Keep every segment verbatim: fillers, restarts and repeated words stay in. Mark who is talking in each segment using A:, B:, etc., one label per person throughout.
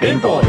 A: Game Boys.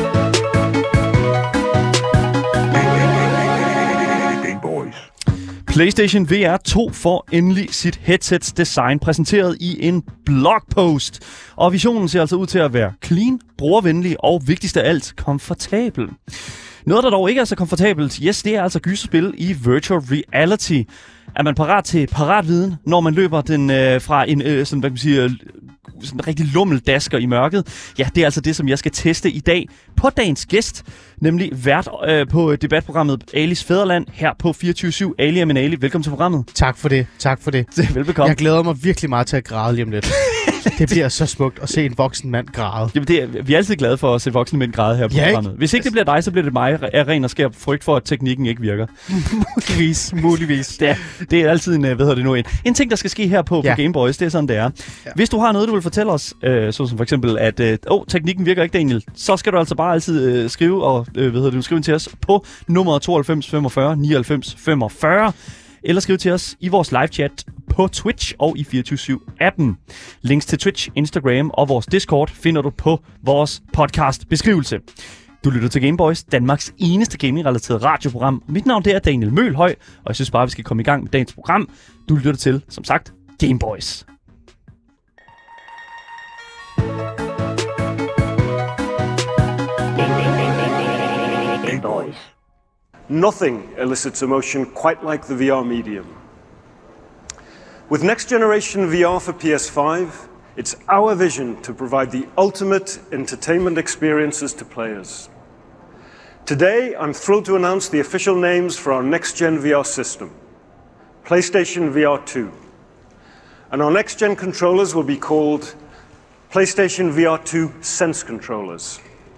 A: Game Boys. PlayStation V R to får endelig sit headsets design præsenteret i en blogpost. Og visionen ser altså ud til at være clean, brugervenlig og vigtigst af alt, komfortabel. Noget, der dog ikke er så komfortabelt, yes, det er altså gyserspil i virtual reality. Er man parat til paratviden, når man løber den øh, fra en øh, sådan, hvad kan man sige, øh, sådan en rigtig lummeldasker i mørket? Ja, det er altså det, som jeg skal teste i dag på dagens gæst, nemlig vært øh, på debatprogrammet Alis Fædreland her på fireogtyve syv. Ali Aminali, velkommen til programmet.
B: Tak for det, tak for det.
A: Velbekomme.
B: Jeg glæder mig virkelig meget til at græde lige om lidt. Det bliver så smukt at se en voksen mand græde.
A: Jamen, det er, vi er altid glade for at se voksne mænd græde her på
B: ja,
A: programmet. Hvis ikke det bliver dig, så bliver det mig af ren og skær frygt for, at teknikken ikke virker.
B: muligvis, muligvis.
A: Det er, det er altid en, hvad hedder det nu, en, en ting, der skal ske her på, ja. på Game Boys. Det er sådan, det er. Ja. Hvis du har noget, du vil fortælle os, øh, såsom for eksempel, at øh, oh, teknikken virker ikke, Daniel, så skal du altså bare altid øh, skrive, og øh, hvad hedder det, skrive til os på nummer tooghalvfems femogfyrre nioghalvfems femogfyrre. Eller skriv til os i vores live-chat på Twitch og i fireogtyve syv appen. Links til Twitch, Instagram og vores Discord finder du på vores podcast-beskrivelse. Du lytter til Game Boys, Danmarks eneste gaming-relaterede radioprogram. Mit navn det er Daniel Mølhøj, og jeg synes bare, vi skal komme i gang med dagens program. Du lytter til, som sagt, Game Boys.
C: Game Boys. Nothing elicits emotion quite like the V R medium. With next generation V R for P S five, it's our vision to provide the ultimate entertainment experiences to players. Today, I'm thrilled to announce the official names for our next-gen V R system, PlayStation V R two. And our next-gen controllers will be called PlayStation V R two Sense Controllers.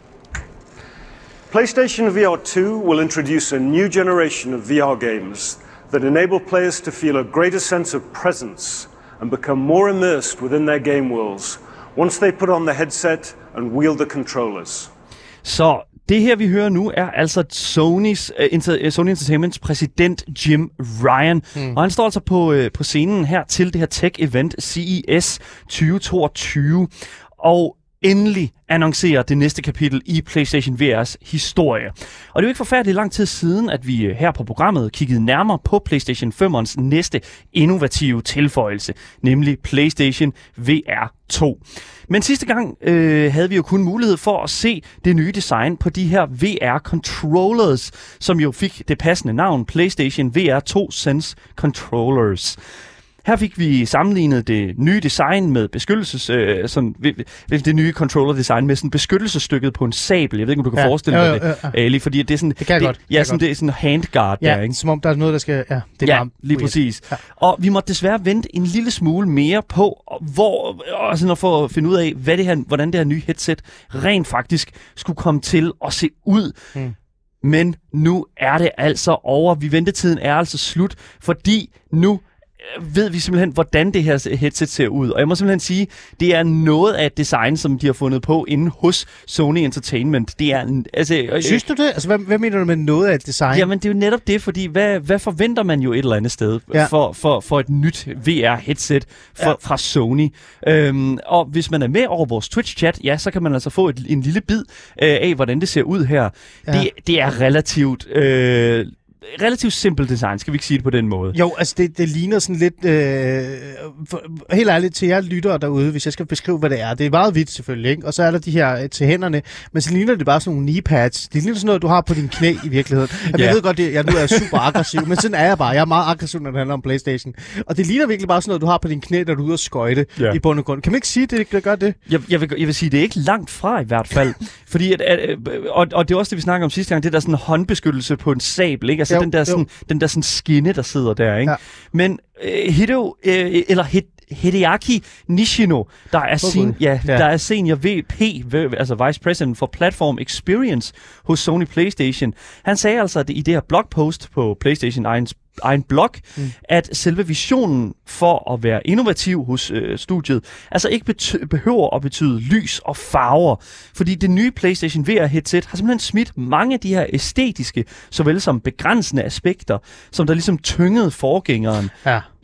C: PlayStation V R two will introduce a new generation of V R games that enable players to feel a greater sense of presence and become more immersed within their game worlds once they put on the headset and wield the controllers.
A: Så det her, vi hører nu, er altså Sony's, uh, Inter- Sony Entertainments præsident Jim Ryan. Mm. Og han står altså på, uh, på scenen her til det her tech-event C E S tyve toogtyve. Og endelig annoncerer det næste kapitel i PlayStation V R's historie. Og det er jo ikke forfærdeligt lang tid siden, at vi her på programmet kiggede nærmere på PlayStation femmerens næste innovative tilføjelse, nemlig PlayStation V R to. Men sidste gang øh, havde vi jo kun mulighed for at se det nye design på de her V R-controllers, som jo fik det passende navn PlayStation V R to Sense Controllers. Her fik vi sammenlignet det nye design med beskyttelses, øh, sådan, det nye controller-design med sådan beskyttelsesstykket på en sabel. Jeg ved ikke, om du kan ja, forestille dig det, ja, Ali, fordi det er sådan...
B: Det kan jeg
A: det,
B: godt.
A: Ja, sådan, det er sådan handguard
B: ja,
A: der, ikke?
B: som om der er noget, der skal... Ja, det er
A: ja
B: varmt.
A: lige præcis. Ja. Og vi måtte desværre vente en lille smule mere på, hvor, altså for at finde ud af, hvad det her, hvordan det her nye headset rent faktisk skulle komme til at se ud. Hmm. Men nu er det altså over. Vi ventetiden er altså slut, fordi nu ved vi simpelthen, hvordan det her headset ser ud. Og jeg må simpelthen sige, det er noget af et design, som de har fundet på inde hos Sony Entertainment. Det er, altså,
B: Synes du det? Altså, hvad, hvad mener du med noget af et design?
A: Jamen, det er jo netop det, fordi hvad, hvad forventer man jo et eller andet sted ja. for, for, for et nyt V R-headset for, ja. fra Sony? Øhm, og hvis man er med over vores Twitch-chat, ja, så kan man altså få et, en lille bid øh, af, hvordan det ser ud her. Ja. Det, det er relativt... Øh, relativt simpelt design, skal vi ikke sige det på den måde?
B: Jo, altså det, det ligner sådan lidt, øh, for, helt ærligt til jer lyttere derude, hvis jeg skal beskrive, hvad det er. Det er meget hvidt selvfølgelig, ikke? Og så er der de her øh, til hænderne, men så ligner det bare sådan nogle knee pads. Det ligner sådan noget, du har på din knæ i virkeligheden. Jamen, ja. Jeg ved godt, det, jeg nu er super aggressiv, men sådan er jeg bare. Jeg er meget aggressiv, når det handler om PlayStation. Og det ligner virkelig bare sådan noget, du har på din knæ, når du er ude og skøjte ja. i bund og grund. Kan man ikke sige det, det gør det? Jeg,
A: jeg, vil, jeg vil sige, det er ikke langt fra i hvert fald. Fordi, at, at, og, og det er også det, vi snakker om sidste gang, det der sådan håndbeskyttelse på en sabel, ikke? Altså jo, den der sådan, den der sådan skinne, der sidder der, ikke? Ja. Men øh, Hideo, øh, eller Hid, Hideaki Nishino, der er, sen, ja, ja. der er senior V P, altså Vice President for Platform Experience hos Sony PlayStation. Han sagde altså at i det her blogpost på PlayStation egen, egen blog, mm. at selve visionen for at være innovativ hos øh, studiet, altså ikke bety- behøver at betyde lys og farver, fordi det nye PlayStation V R-headset har simpelthen smidt mange af de her æstetiske, såvel som begrænsende aspekter, som der ligesom tyngede forgængeren. Ja.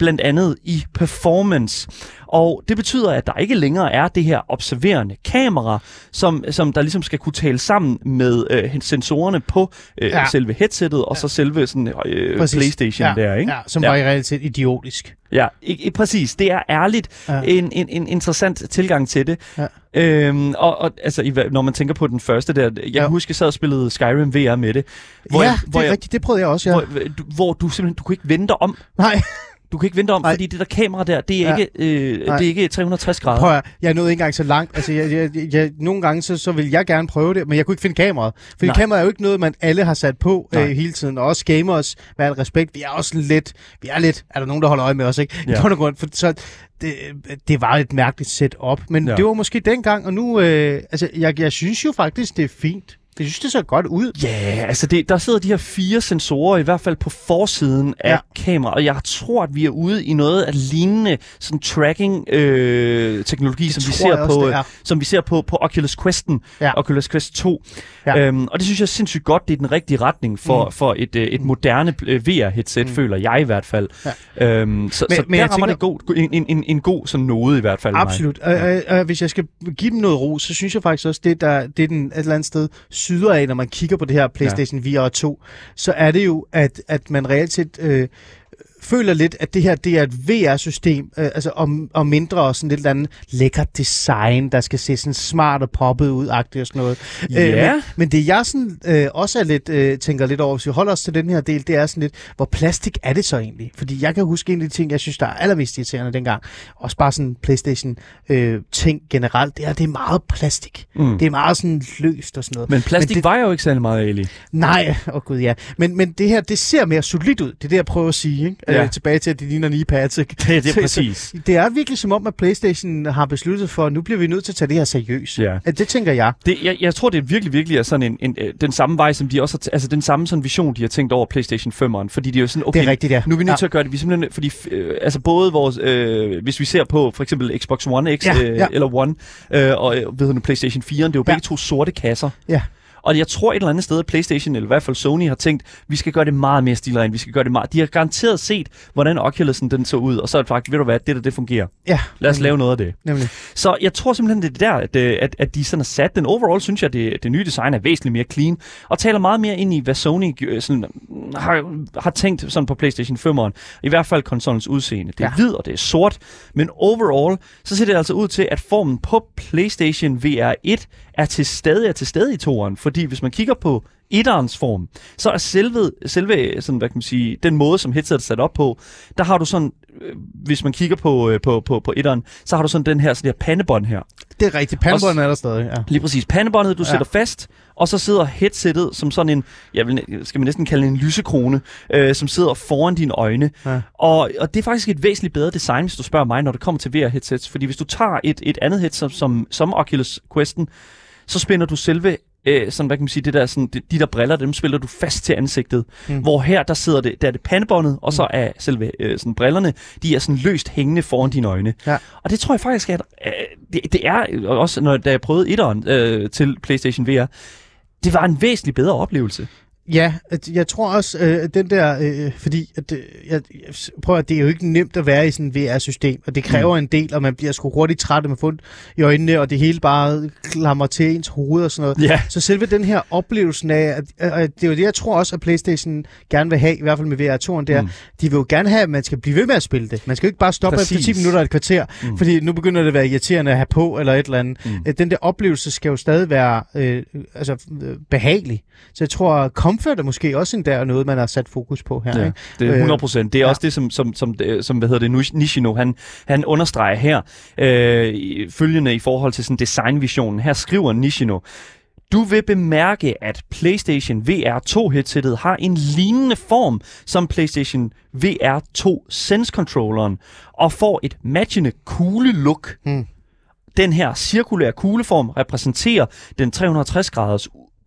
A: blandt andet i performance. Og det betyder, at der ikke længere er det her observerende kamera, som, som der ligesom skal kunne tale sammen med øh, sensorerne på øh, ja. selve headsettet, og ja. så selve sådan, øh, PlayStation
B: ja.
A: der, ikke?
B: Ja, som
A: ja.
B: var i realitet idiotisk.
A: Ja, i, i, præcis. Det er ærligt ja. en, en, en interessant tilgang til det. Ja. Øhm, og, og altså, i, når man tænker på den første der, jeg ja. kan huske, jeg sad og spillede Skyrim V R med det.
B: Hvor
A: ja,
B: jeg, hvor det er jeg, rigtigt, det prøvede jeg også, ja.
A: Hvor, hvor du simpelthen, du kunne ikke vente dig om.
B: Nej.
A: Du kan ikke vente om,
B: Nej.
A: fordi det der kamera der, det er, ja. ikke, øh, det er ikke tre hundrede og tres grader.
B: Prøv at, jeg nåede ikke engang så langt. Altså, jeg, jeg, jeg, nogle gange så, så vil jeg gerne prøve det, men jeg kunne ikke finde kameraet. Fordi Nej. kameraet er jo ikke noget, man alle har sat på øh, hele tiden. Og også gamers, med al respekt, vi er også lidt, vi er lidt, er der nogen, der holder øje med os, ikke? Ja. Grund, for, så det, det var et mærkeligt setup, men ja. det var måske dengang, og nu, øh, altså, jeg, jeg synes jo faktisk, det er fint. Jeg synes, det ser godt ud.
A: Ja, yeah, altså det, der sidder de her fire sensorer, i hvert fald på forsiden af ja. kameraet, og jeg tror, at vi er ude i noget af lignende sådan tracking-teknologi, øh, som, vi ser på, øh, som vi ser på på Oculus Questen, ja. Oculus Quest to. Ja. Øhm, og det synes jeg er sindssygt godt, det er den rigtige retning for, mm. for et, et moderne V R-headset, mm. føler jeg i hvert fald. Ja. Øhm, så
B: men,
A: så
B: men
A: der rammer
B: tænker,
A: det god, en, en, en, en god sådan node i hvert fald.
B: Absolut. Og, og, og hvis jeg skal give dem noget ro, så synes jeg faktisk også, det der det er den et eller andet sted syder af, når man kigger på det her PlayStation ja. V R to, så er det jo, at, at man reelt set øh, føler lidt, at det her det er et V R-system, øh, altså om, om mindre og sådan lidt andet lækkert design, der skal se sådan smart og poppet ud-agtigt og sådan noget.
A: Ja.
B: Øh, men, men det jeg sådan, øh, også er lidt, øh, tænker lidt over, hvis vi holder os til den her del, det er sådan lidt, hvor plastik er det så egentlig? Fordi jeg kan huske en af de ting, jeg synes, der er allermest irriterende dengang, også bare sådan PlayStation øh, ting generelt, det er, det er meget plastik. Mm. Det er meget sådan løst og sådan noget.
A: Men plastik
B: men det,
A: var jo ikke særlig meget, Ali.
B: Nej, åh oh gud ja. Men, men det her, det ser mere solidt ud. Det er det, jeg prøver at sige, ikke? Ja. Øh, tilbage til, at det ligner kneepads, ikke?
A: Det, det er præcis.
B: Det er virkelig som om, at PlayStation har besluttet for, at nu bliver vi nødt til at tage det her seriøst. Ja. Det tænker jeg.
A: Det, jeg. Jeg tror, det er virkelig, virkelig er sådan en, en, den samme vej, som de også har, altså den samme sådan vision, de har tænkt over PlayStation fem'eren, fordi de er jo sådan, okay,
B: det er rigtigt, ja.
A: Nu er vi nødt
B: ja.
A: til at gøre det, vi simpelthen, fordi øh, altså både vores, øh, hvis vi ser på for eksempel Xbox One X ja, øh, ja. eller One, øh, og ved du, PlayStation fire, det er jo begge ja. to sorte kasser. Ja. Og jeg tror et eller andet sted, at PlayStation, eller i hvert fald Sony, har tænkt, vi skal gøre det meget mere stilrent, vi skal gøre det meget... De har garanteret set, hvordan Oculusen den så ud, og så er det faktisk, ved du hvad, det der, det fungerer. Ja. Lad os nemlig. lave noget af det. Nemlig. Så jeg tror simpelthen, det er der, at, at, at de sådan har sat den. Overall synes jeg, at det, det nye design er væsentligt mere clean, og taler meget mere ind i, hvad Sony sådan, har, har tænkt sådan på PlayStation fem'eren. I hvert fald konsollens udseende. Det er ja. hvid, og det er sort, men overall, så ser det altså ud til, at formen på PlayStation V R et er til stadig er til stede i toeren, fordi hvis man kigger på etterens form, så er selve, selve sådan, hvad kan man sige, den måde, som headsetet er sat op på, der har du sådan, øh, hvis man kigger på, øh, på, på, på etteren, så har du sådan den her, sådan her pandebånd her.
B: Det er rigtigt, pandebåndet er der stadig, ja.
A: Lige præcis, pandebåndet, du ja. sætter fast, og så sidder headsetet som sådan en, jeg vil, skal man næsten kalde en lysekrone, øh, som sidder foran dine øjne. Ja. Og, og det er faktisk et væsentligt bedre design, hvis du spørger mig, når det kommer til V R-headsets, fordi hvis du tager et, et andet headset som, som Oculus Questen, så spænder du selve, øh, sådan, hvad kan man sige, det der, sådan, de, de der briller, dem spiller du fast til ansigtet. Mm. Hvor her, der sidder det, der er det pandebåndet, og så er selve øh, sådan, brillerne, de er sådan løst hængende foran dine øjne. Ja. Og det tror jeg faktisk, at øh, det, det er, også når da jeg prøvede etteren øh, til PlayStation V R, det var en væsentlig bedre oplevelse.
B: Ja, jeg tror også, øh, den der, øh, fordi at, øh, jeg, jeg prøver, at det er jo ikke nemt at være i sådan et V R-system, og det kræver mm. en del, og man bliver sgu hurtigt træt, og man får i øjnene, og det hele bare klamrer til ens hoved og sådan noget. Yeah. Så selve den her oplevelsen af, at, at det er jo det, jeg tror også, at PlayStation gerne vil have, i hvert fald med V R toeren, det er, mm. de vil jo gerne have, at man skal blive ved med at spille det. Man skal jo ikke bare stoppe Præcis. efter ti minutter og et kvarter, mm. fordi nu begynder det at være irriterende at have på, eller et eller andet. Mm. Den der oplevelse skal jo stadig være øh, altså, øh, behagelig. Så jeg tror, comfort er måske også en der noget, man har sat fokus på her.
A: Ja,
B: ikke?
A: Det er hundrede procent. Det er ja. også det, som, som, som, som hvad hedder det, Nishino, han, han understreger her, øh, følgende i forhold til sådan designvisionen. Her skriver Nishino, du vil bemærke, at PlayStation V R to-headsettet har en lignende form som PlayStation V R to Sense-controlleren, og får et matchende kugle-look. Hmm. Den her cirkulære kugleform repræsenterer den tre hundrede og tres graders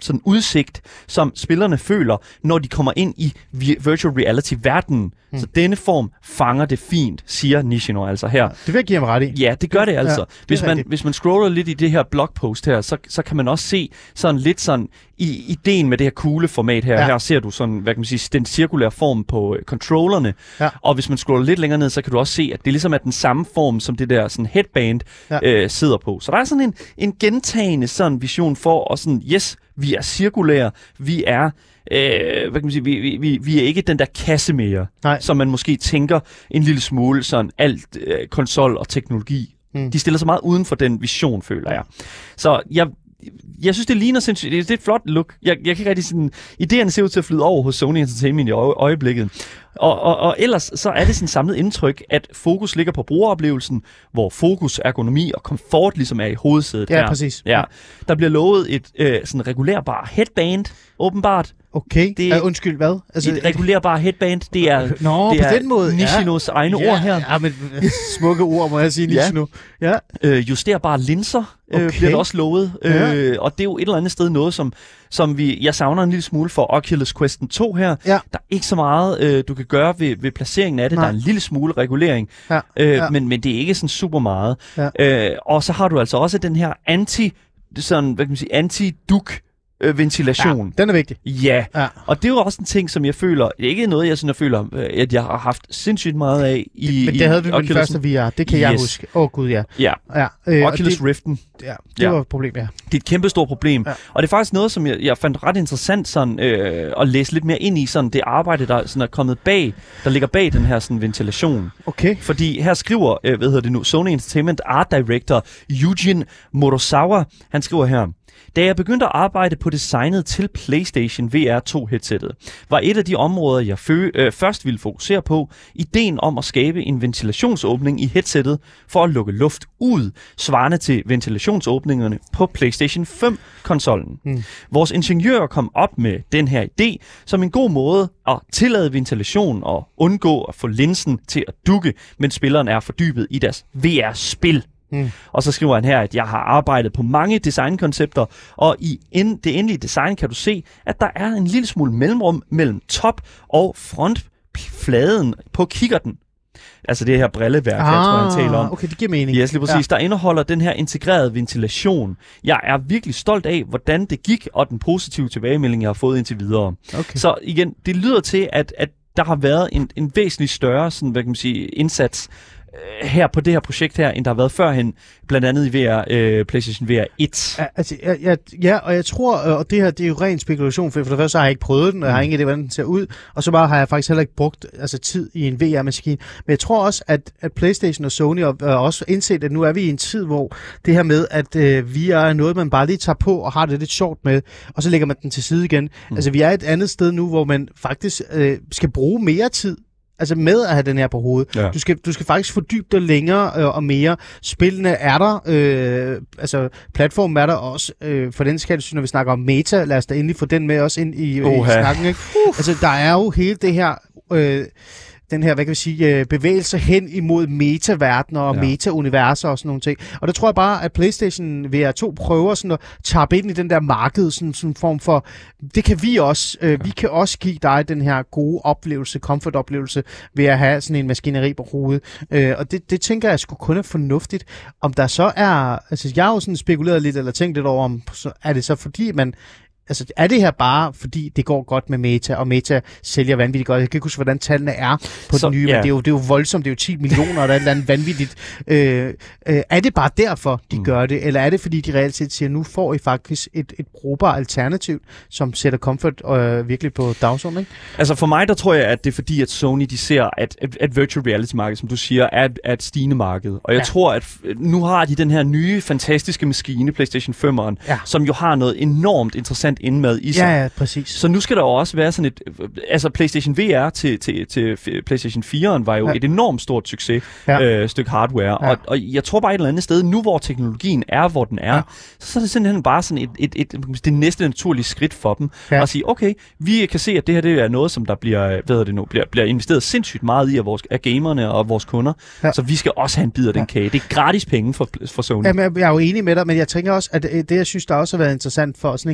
A: sådan udsigt, som spillerne føler, når de kommer ind i virtual reality-verdenen. Mm. Så denne form fanger det fint, siger Nishino altså her.
B: Det vil jeg give ham ret i.
A: Ja, det gør det altså. Ja, det hvis, man,
B: rigtigt.
A: hvis man scroller lidt i det her blogpost her, så, så kan man også se sådan lidt sådan i ideen med det her coole format her. Ja. Her ser du sådan, hvad kan man sige, den cirkulære form på øh, controllerne. Ja. Og hvis man scroller lidt længere ned, så kan du også se, at det ligesom er den samme form, som det der sådan headband ja. øh, sidder på. Så der er sådan en, en gentagende sådan vision for, og sådan, yes, vi er cirkulære, vi er Øh, hvad kan man sige, vi, vi, vi er ikke den der kasse mere, Nej. som man måske tænker en lille smule sådan alt øh, konsol og teknologi. Mm. De stiller sig meget uden for den vision, føler jeg. Så jeg, jeg synes, det ligner sindssygt. Det er et flot look. Jeg, jeg kan ikke rigtig sådan, idéerne ser ud til at flyde over hos Sony Entertainment i øjeblikket. Og, og, og ellers så er det sådan samlet indtryk, at fokus ligger på brugeroplevelsen, hvor fokus, ergonomi og komfort ligesom er i hovedsædet.
B: Ja,
A: her.
B: præcis.
A: Ja. Der bliver lovet et øh, sådan regulærbar headband, åbenbart.
B: Okay, det er, uh, undskyld, hvad?
A: Altså, et regulærbar headband, det er,
B: Nå,
A: det
B: på
A: er
B: den måde.
A: Nishinos
B: ja.
A: egne
B: ja,
A: ord her.
B: Ja, men smukke ord, må jeg sige, Nishino. Ja. Ja.
A: Øh, justerbare linser øh,
B: okay.
A: bliver der også lovet.
B: Ja.
A: Øh, og det er jo et eller andet sted noget, som, som vi, jeg savner en lille smule for Oculus Quest to her. Ja. Der er ikke så meget, øh, du kan gøre ved, ved placeringen af det. Nej. Der er en lille smule regulering, ja. Øh, ja. Men, men det er ikke sådan super meget. Ja. Øh, og så har du altså også den her anti, sådan, hvad kan man sige, anti-duk ventilation.
B: Ja, den er vigtig.
A: Ja. ja, og det er jo også en ting, som jeg føler, det er ikke noget, jeg sådan jeg føler, at jeg har haft sindssygt meget af i
B: det, Men det
A: i
B: havde du den første V R, det kan yes. jeg huske. Åh oh, gud, ja.
A: Ja,
B: ja.
A: Øh, Oculus
B: det,
A: Riften.
B: Ja, det ja. var et problem, ja.
A: Det er et kæmpestort problem. Ja. Og det er faktisk noget, som jeg, jeg fandt ret interessant sådan, øh, at læse lidt mere ind i, sådan det arbejde, der sådan er kommet bag, der ligger bag den her sådan, ventilation.
B: Okay.
A: Fordi her skriver, øh, hvad hedder det nu, Sony Entertainment Art Director Yujin Morosawa, han skriver her: Da jeg begyndte at arbejde på designet til PlayStation V R to-headsettet, var et af de områder, jeg fø- øh, først ville fokusere på, ideen om at skabe en ventilationsåbning i headsettet for at lukke luft ud, svarende til ventilationsåbningerne på PlayStation fem-konsollen. Mm. Vores ingeniører kom op med den her idé som en god måde at tillade ventilation og undgå at få linsen til at dukke, mens spilleren er fordybet i deres V R-spil. Mm. Og så skriver han her, at jeg har arbejdet på mange designkoncepter, og i en, det endelige design kan du se, at der er en lille smule mellemrum mellem top- og frontfladen på kikkerten. Altså det her brilleværk, ah, jeg tror, han taler om.
B: Okay, det giver mening.
A: Yes, lige præcis. Ja. Der indeholder den her integrerede ventilation. Jeg er virkelig stolt af, hvordan det gik, og den positive tilbagemelding, jeg har fået indtil videre. Okay. Så igen, det lyder til, at, at der har været en, en væsentlig større sådan, hvad kan man sige, indsats her på det her projekt her, end der har været førhen, blandt andet i V R, øh, PlayStation V R et.
B: Ja, altså, ja, ja, ja, og jeg tror, og det her, det er jo ren spekulation, for for det første så har jeg ikke prøvet den, og jeg har ingen idé, hvordan den ser ud, og så bare har jeg faktisk heller ikke brugt altså, tid i en V R-maskine. Men jeg tror også, at, at PlayStation og Sony har også indset, at nu er vi i en tid, hvor det her med, at øh, V R er noget, man bare lige tager på og har det lidt sjovt med, og så lægger man den til side igen. Mm. Altså, vi er et andet sted nu, hvor man faktisk øh, skal bruge mere tid altså med at have den her på hovedet. Ja. Du, skal, du skal faktisk fordybe dig længere øh, og mere. Spillene er der, øh, altså platformen er der også, øh, for den skal når vi snakker om meta, lad os da endelig få den med også ind i, øh, i snakken. Ikke? Uh. Altså der er jo hele det her... Øh, den her, hvad kan vi sige, bevægelse hen imod metaverdener og ja. meta-universer og sådan nogle ting. Og der tror jeg bare, at PlayStation V R to prøver sådan at tappe ind i den der marked, sådan, sådan en form for, det kan vi også, øh, ja. vi kan også give dig den her gode oplevelse, comfort-oplevelse, ved at have sådan en maskineri på hovedet. Øh, og det, det tænker jeg sgu kun er fornuftigt. Om der så er, altså jeg har jo sådan spekuleret lidt, eller tænkt lidt over, om så er det så fordi, man altså, er det her bare, fordi det går godt med Meta, og Meta sælger vanvittigt godt? Jeg kan ikke huske, hvordan tallene er på så, den nye, yeah. men det er, jo, det er jo voldsomt. Det er jo ti millioner, og der er et eller andet vanvittigt. Øh, øh, er det bare derfor, de mm. gør det? Eller er det, fordi de reelt set siger, nu får I faktisk et, et brugbart alternativ, som sætter comfort øh, virkelig på dagsordenen, ikke?
A: Altså for mig, der tror jeg, at det er fordi, at Sony, de ser, at, at, at virtual reality-markedet, som du siger, er et, er et stigende marked. Og jeg ja. tror, at nu har de den her nye, fantastiske maskine, PlayStation fem'eren, ja. som jo har noget enormt interessant indmad i sig.
B: Ja, ja, præcis.
A: Så nu skal der jo også være sådan et... Altså, PlayStation V R til, til, til PlayStation fire'eren var jo ja. et enormt stort succes, ja. øh, stykke hardware. Ja. Og, og jeg tror bare et eller andet sted, nu hvor teknologien er, hvor den er, ja. så er det simpelthen bare sådan et, et, et, et, det næste naturlige skridt for dem. Ja. At sige, okay, vi kan se, at det her det er noget, som der bliver, hvad det nu, bliver, bliver investeret sindssygt meget i af, vores, af gamerne og vores kunder. Ja. Så vi skal også have en bid af den ja. kage. Det er gratis penge for, for Sony.
B: Jamen, jeg er jo enig med dig, men jeg tænker også, at det, jeg synes, der også har været interessant for sådan en gamer som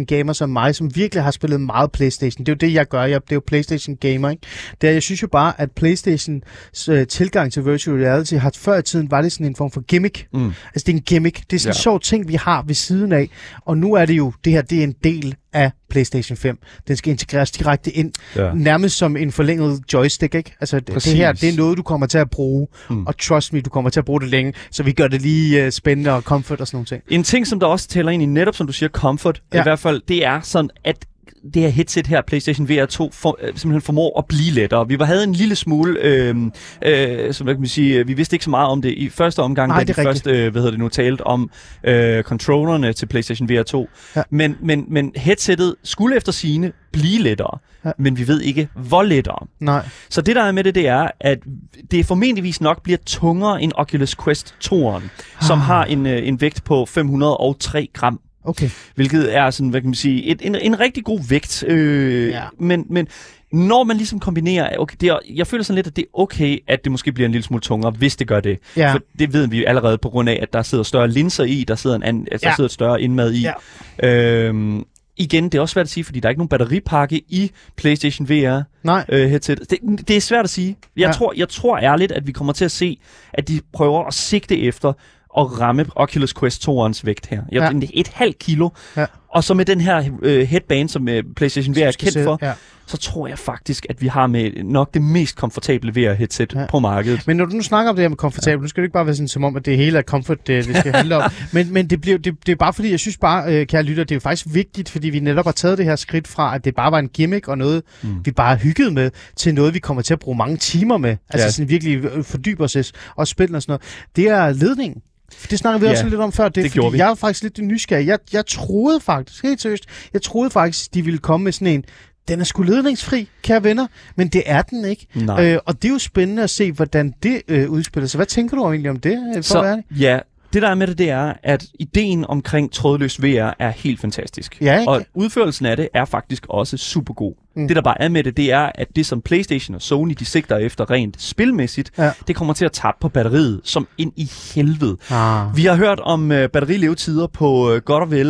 B: med mig, som virkelig har spillet meget PlayStation, det er jo det, jeg gør. Jeg det er jo PlayStation gamer, ikke? Det er, jeg synes jo bare, at PlayStations øh, tilgang til virtual reality har før i tiden var det sådan en form for gimmick. Mm. Altså, det er en gimmick. Det er sådan en ja. sjov ting, vi har ved siden af. Og nu er det jo, det her, det er en del af PlayStation fem. Den skal integreres direkte ind, ja. nærmest som en forlænget joystick, ikke? Altså, det, det her, det er noget, du kommer til at bruge, mm. og trust me, du kommer til at bruge det længe, så vi gør det lige uh, spændende og comfort og sådan nogle ting.
A: En ting, som der også tæller ind i netop, som du siger, comfort, ja. i hvert fald, det er sådan, at det her headset her, PlayStation V R to, for, øh, simpelthen formår at blive lettere. Vi var, havde en lille smule, øh, øh, som kan man sige, vi vidste ikke så meget om det i første omgang,
B: Nej,
A: da de først, øh, hvad hedder det nu, talte om øh, controllerne til PlayStation V R to. Ja. Men, men, men headsettet skulle efter sigende blive lettere, ja. men vi ved ikke, hvor lettere.
B: Nej.
A: Så det, der er med det, det er, at det formentligvis nok bliver tungere end Oculus Quest toeren, ah. som har en, øh, en vægt på fem hundrede og tre gram.
B: Okay.
A: Hvilket er sådan, hvad kan man sige, et, en, en rigtig god vægt. Øh, ja. men, men når man ligesom kombinerer, okay, det er, jeg føler sådan lidt, at det er okay, at det måske bliver en lille smule tungere, hvis det gør det. Ja. For det ved vi allerede på grund af, at der sidder større linser i, der sidder, en anden, altså, ja. der sidder et større indmad i. Ja. Øhm, igen, det er også svært at sige, fordi der er ikke nogen batteripakke i PlayStation V R.
B: Nej.
A: Øh, headset. Det, det er svært at sige. Jeg, ja. tror, jeg tror ærligt, at vi kommer til at se, at de prøver at sigte efter og ramme Oculus Quest toerens vægt her. Jeg, ja. Et halvt kilo. Ja. Og så med den her øh, headband, som øh, PlayStation V R er kendt for, ja. så tror jeg faktisk, at vi har med nok det mest komfortable V R-headset ja. på markedet.
B: Men når du nu snakker om det her med komfortabelt, ja. nu skal det ikke bare være sådan som om, at det hele er comfort, det, det skal handle om. Men, men det, bliver, det, det er bare fordi, jeg synes bare, øh, kære lytter, det er jo faktisk vigtigt, fordi vi netop har taget det her skridt fra, at det bare var en gimmick og noget, mm. vi bare hyggede med, til noget, vi kommer til at bruge mange timer med. Altså ja. sådan virkelig fordybe os og spille og sådan noget. Det er ledningen. Det snakker vi ja, også lidt om før. Det, det fordi jeg er faktisk lidt nysgerrig. Jeg, jeg troede faktisk, helt seriøst, jeg troede faktisk, de ville komme med sådan en, den er sgu ledningsfri, kære venner, men det er den ikke. Øh, og det er jo spændende at se, hvordan det øh, udspiller sig. Hvad tænker du egentlig om det? For
A: Så, ja, det der er med det, det er, at ideen omkring trådløs V R er helt fantastisk.
B: Ja,
A: og udførelsen af det er faktisk også super god. Mm. Det der bare er med det, det er, at det som PlayStation og Sony, de sigter efter rent spilmæssigt, ja. det kommer til at tabe på batteriet, som ind i helvede. Ah. Vi har hørt om uh, batterilevetider på uh, godt og vel,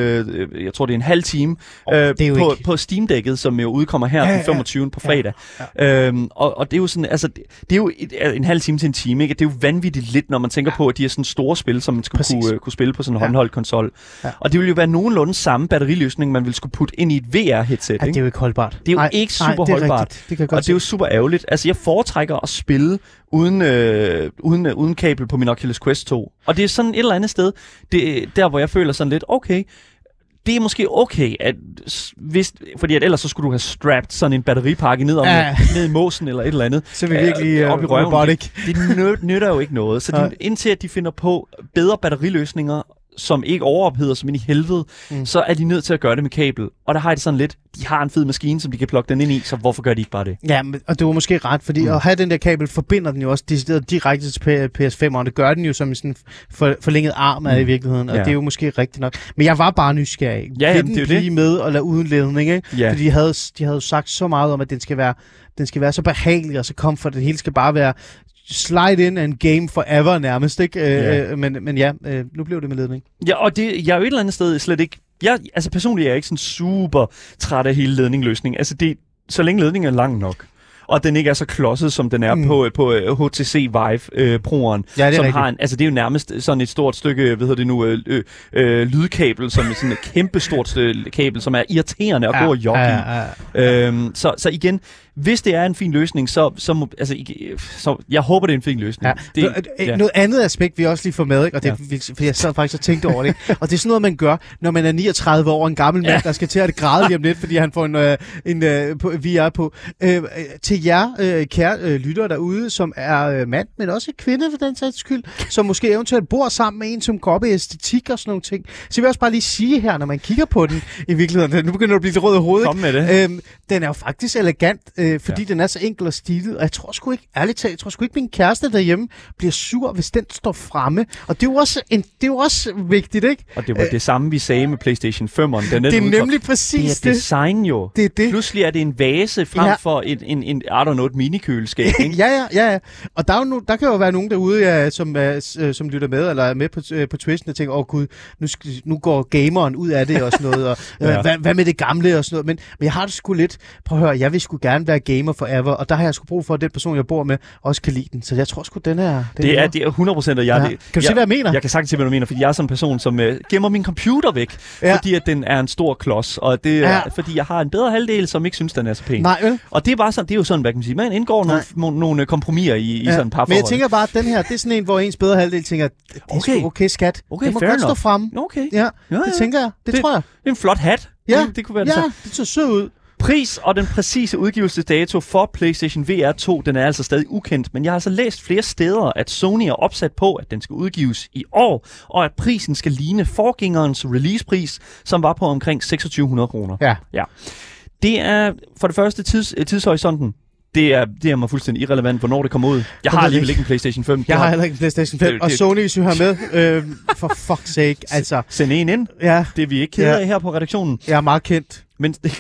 A: uh, jeg tror det er en halv time, oh, uh, på, på Steam-dækket, som jo udkommer her ja, den femogtyvende Ja. på fredag. Ja. Ja. Øhm, og, og det er jo sådan, altså, det, det er jo et, en halv time til en time, ikke? Det er jo vanvittigt lidt, når man tænker ja. på, at de er sådan store spil, som man skulle kunne, uh, kunne spille på sådan en ja. håndholdt konsol. Ja. Og det vil jo være nogenlunde samme batteriløsning, man vil skulle putte ind i et V R-headset.
B: Ja, det er jo ikke holdbart.
A: Det er jo ej, ikke super ej, det holdbart, det og det er jo super ærgerligt. Altså, jeg foretrækker at spille uden, øh, uden, øh, uden kabel på min Oculus Quest to. Og det er sådan et eller andet sted, det, der hvor jeg føler sådan lidt, okay, det er måske okay, at hvis, fordi at ellers så skulle du have strapped sådan en batteripakke ned, om, ja. ned i måsen eller et eller andet.
B: Så vi virkelig
A: øh, op i røven.
B: Robotic.
A: Det, det nytter jo ikke noget. Så de, indtil at de finder på bedre batteriløsninger, som ikke overopheder som ind i helvede, mm. så er de nødt til at gøre det med kabel. Og der har de sådan lidt, de har en fed maskine, som de kan plukke den ind i, så hvorfor gør de ikke bare det?
B: Ja, men, og det var måske ret, fordi mm. at have den der kabel forbinder den jo også direkte til P S fem, og det gør den jo som sådan for, forlænget arm af mm. i virkeligheden, og ja. det er jo måske rigtigt nok. Men jeg var bare nysgerrig.
A: Ja,
B: jamen, det er jo blive det. med og lade uden ledning, ikke?
A: Ja.
B: Fordi de havde, de havde sagt så meget om, at den skal være, den skal være så behagelig og så comfort, det hele skal bare være slide in and game forever nærmest, ikke? Yeah. Øh, men, men ja, øh, nu blev det med ledning.
A: Ja, og det, jeg er jo et eller andet sted slet ikke... Jeg, altså personligt er jeg ikke sådan super træt af hele ledningløsningen. Altså det, så længe ledningen er lang nok, og den ikke er så klodset, som den er mm. på, på H T C Vive øh, Pro'eren,
B: ja, som
A: har en, altså det er jo nærmest sådan et stort stykke, hvad hedder det nu, øh, øh, lydkabel, som er sådan et kæmpe stort kabel, som er irriterende at ja, gå og jogge ja, ja, ja. Øhm, så, så igen, hvis det er en fin løsning, så, så, må, altså, så jeg håber, det er en fin løsning.
B: Ja. Det, ja. Noget andet aspekt, vi også lige får med, ikke? Og det, ja. fordi jeg sad faktisk og tænkte over det, ikke? Og det er sådan noget, man gør, når man er niogtredive år, en gammel mand, ja. der skal til at græde lige om lidt, fordi han får en, øh, en øh, på, V R på. Øh, til jer, øh, kære øh, lyttere derude, som er øh, mand, men også kvinde for den sags skyld, som måske eventuelt bor sammen med en, som går op i æstetik og sådan nogle ting. Så vil jeg også bare lige sige her, når man kigger på den i virkeligheden, nu begynder det at blive lidt rød i hovedet.
A: Kom med det.
B: Øh, den er jo faktisk elegant, øh, fordi ja. den er så enkel og stilet. Og jeg tror sgu ikke, ærligt talt, jeg tror sgu ikke, min kæreste derhjemme bliver sur, hvis den står fremme. Og det er jo også, en, det er jo også vigtigt, ikke?
A: Og det var Æh, det samme, vi sagde med PlayStation fem'eren. Den
B: det er nemlig præcis
A: det. Det er design jo.
B: Det er det.
A: Pludselig er det en vase frem ja. for en, en, en, I don't know, et minikøleskab, ikke?
B: ja, ja, ja, ja. Og der, er jo no, der kan jo være nogen derude, ja, som, uh, som lytter med, eller er med på, uh, på Twitch, og tænker, åh oh, gud, nu, nu går gameren ud af det og sådan noget, og uh, ja. hvad, hvad med det gamle og sådan noget. Men, men jeg har det sgu lidt, prøv at høre, jeg vil sgu gerne være gamer forever, og der har jeg sgu brug for, at den person, jeg bor med, også kan lide den. Så jeg tror sgu, den er... Den
A: det, er, det er hundrede procent, og jeg...
B: Ja.
A: Det,
B: kan du
A: jeg,
B: se, hvad jeg mener?
A: Jeg kan sagtens se, hvad du mener, fordi jeg er sådan en person, som uh, gemmer min computer væk, ja. fordi at den er en stor klods, og det er, ja. fordi jeg har en bedre halvdel, som ikke synes, den er så pæn.
B: Nej, vel?
A: Og det er bare sådan, det er jo sådan, hvad kan man sige, man indgår nogle, nogle, nogle kompromiser i, i
B: ja.
A: sådan et par
B: Men jeg tænker bare, at den her, det er sådan en, hvor ens bedre halvdel tænker, det er okay, sgu okay skat.
A: Okay,
B: det må godt stå frem.
A: Okay.
B: Ja, ja, det ja. tænker jeg. Det, det tror jeg.
A: Det er en flot hat.
B: Ja,
A: det, det kunne være
B: ja,
A: det,
B: det ser sød ud.
A: Pris og den præcise udgivelsesdato for PlayStation V R to, den er altså stadig ukendt, men jeg har altså læst flere steder, at Sony er opsat på, at den skal udgives i år, og at prisen skal ligne forgængerens releasepris, som var på omkring seksogtyve hundrede kroner.
B: Ja.
A: ja. Det er for det første tids, tidshorisonten. Det er, det er mig fuldstændig irrelevant, hvornår det kommer ud. Jeg har alligevel ikke en PlayStation fem.
B: Jeg har heller ikke en PlayStation fem. Det, og det, Sony, hvis vi har med, øh, for fuck's sake, altså.
A: Send en ind.
B: Ja.
A: Det er vi ikke kede af ja. her på redaktionen.
B: Jeg er meget kendt.
A: Men det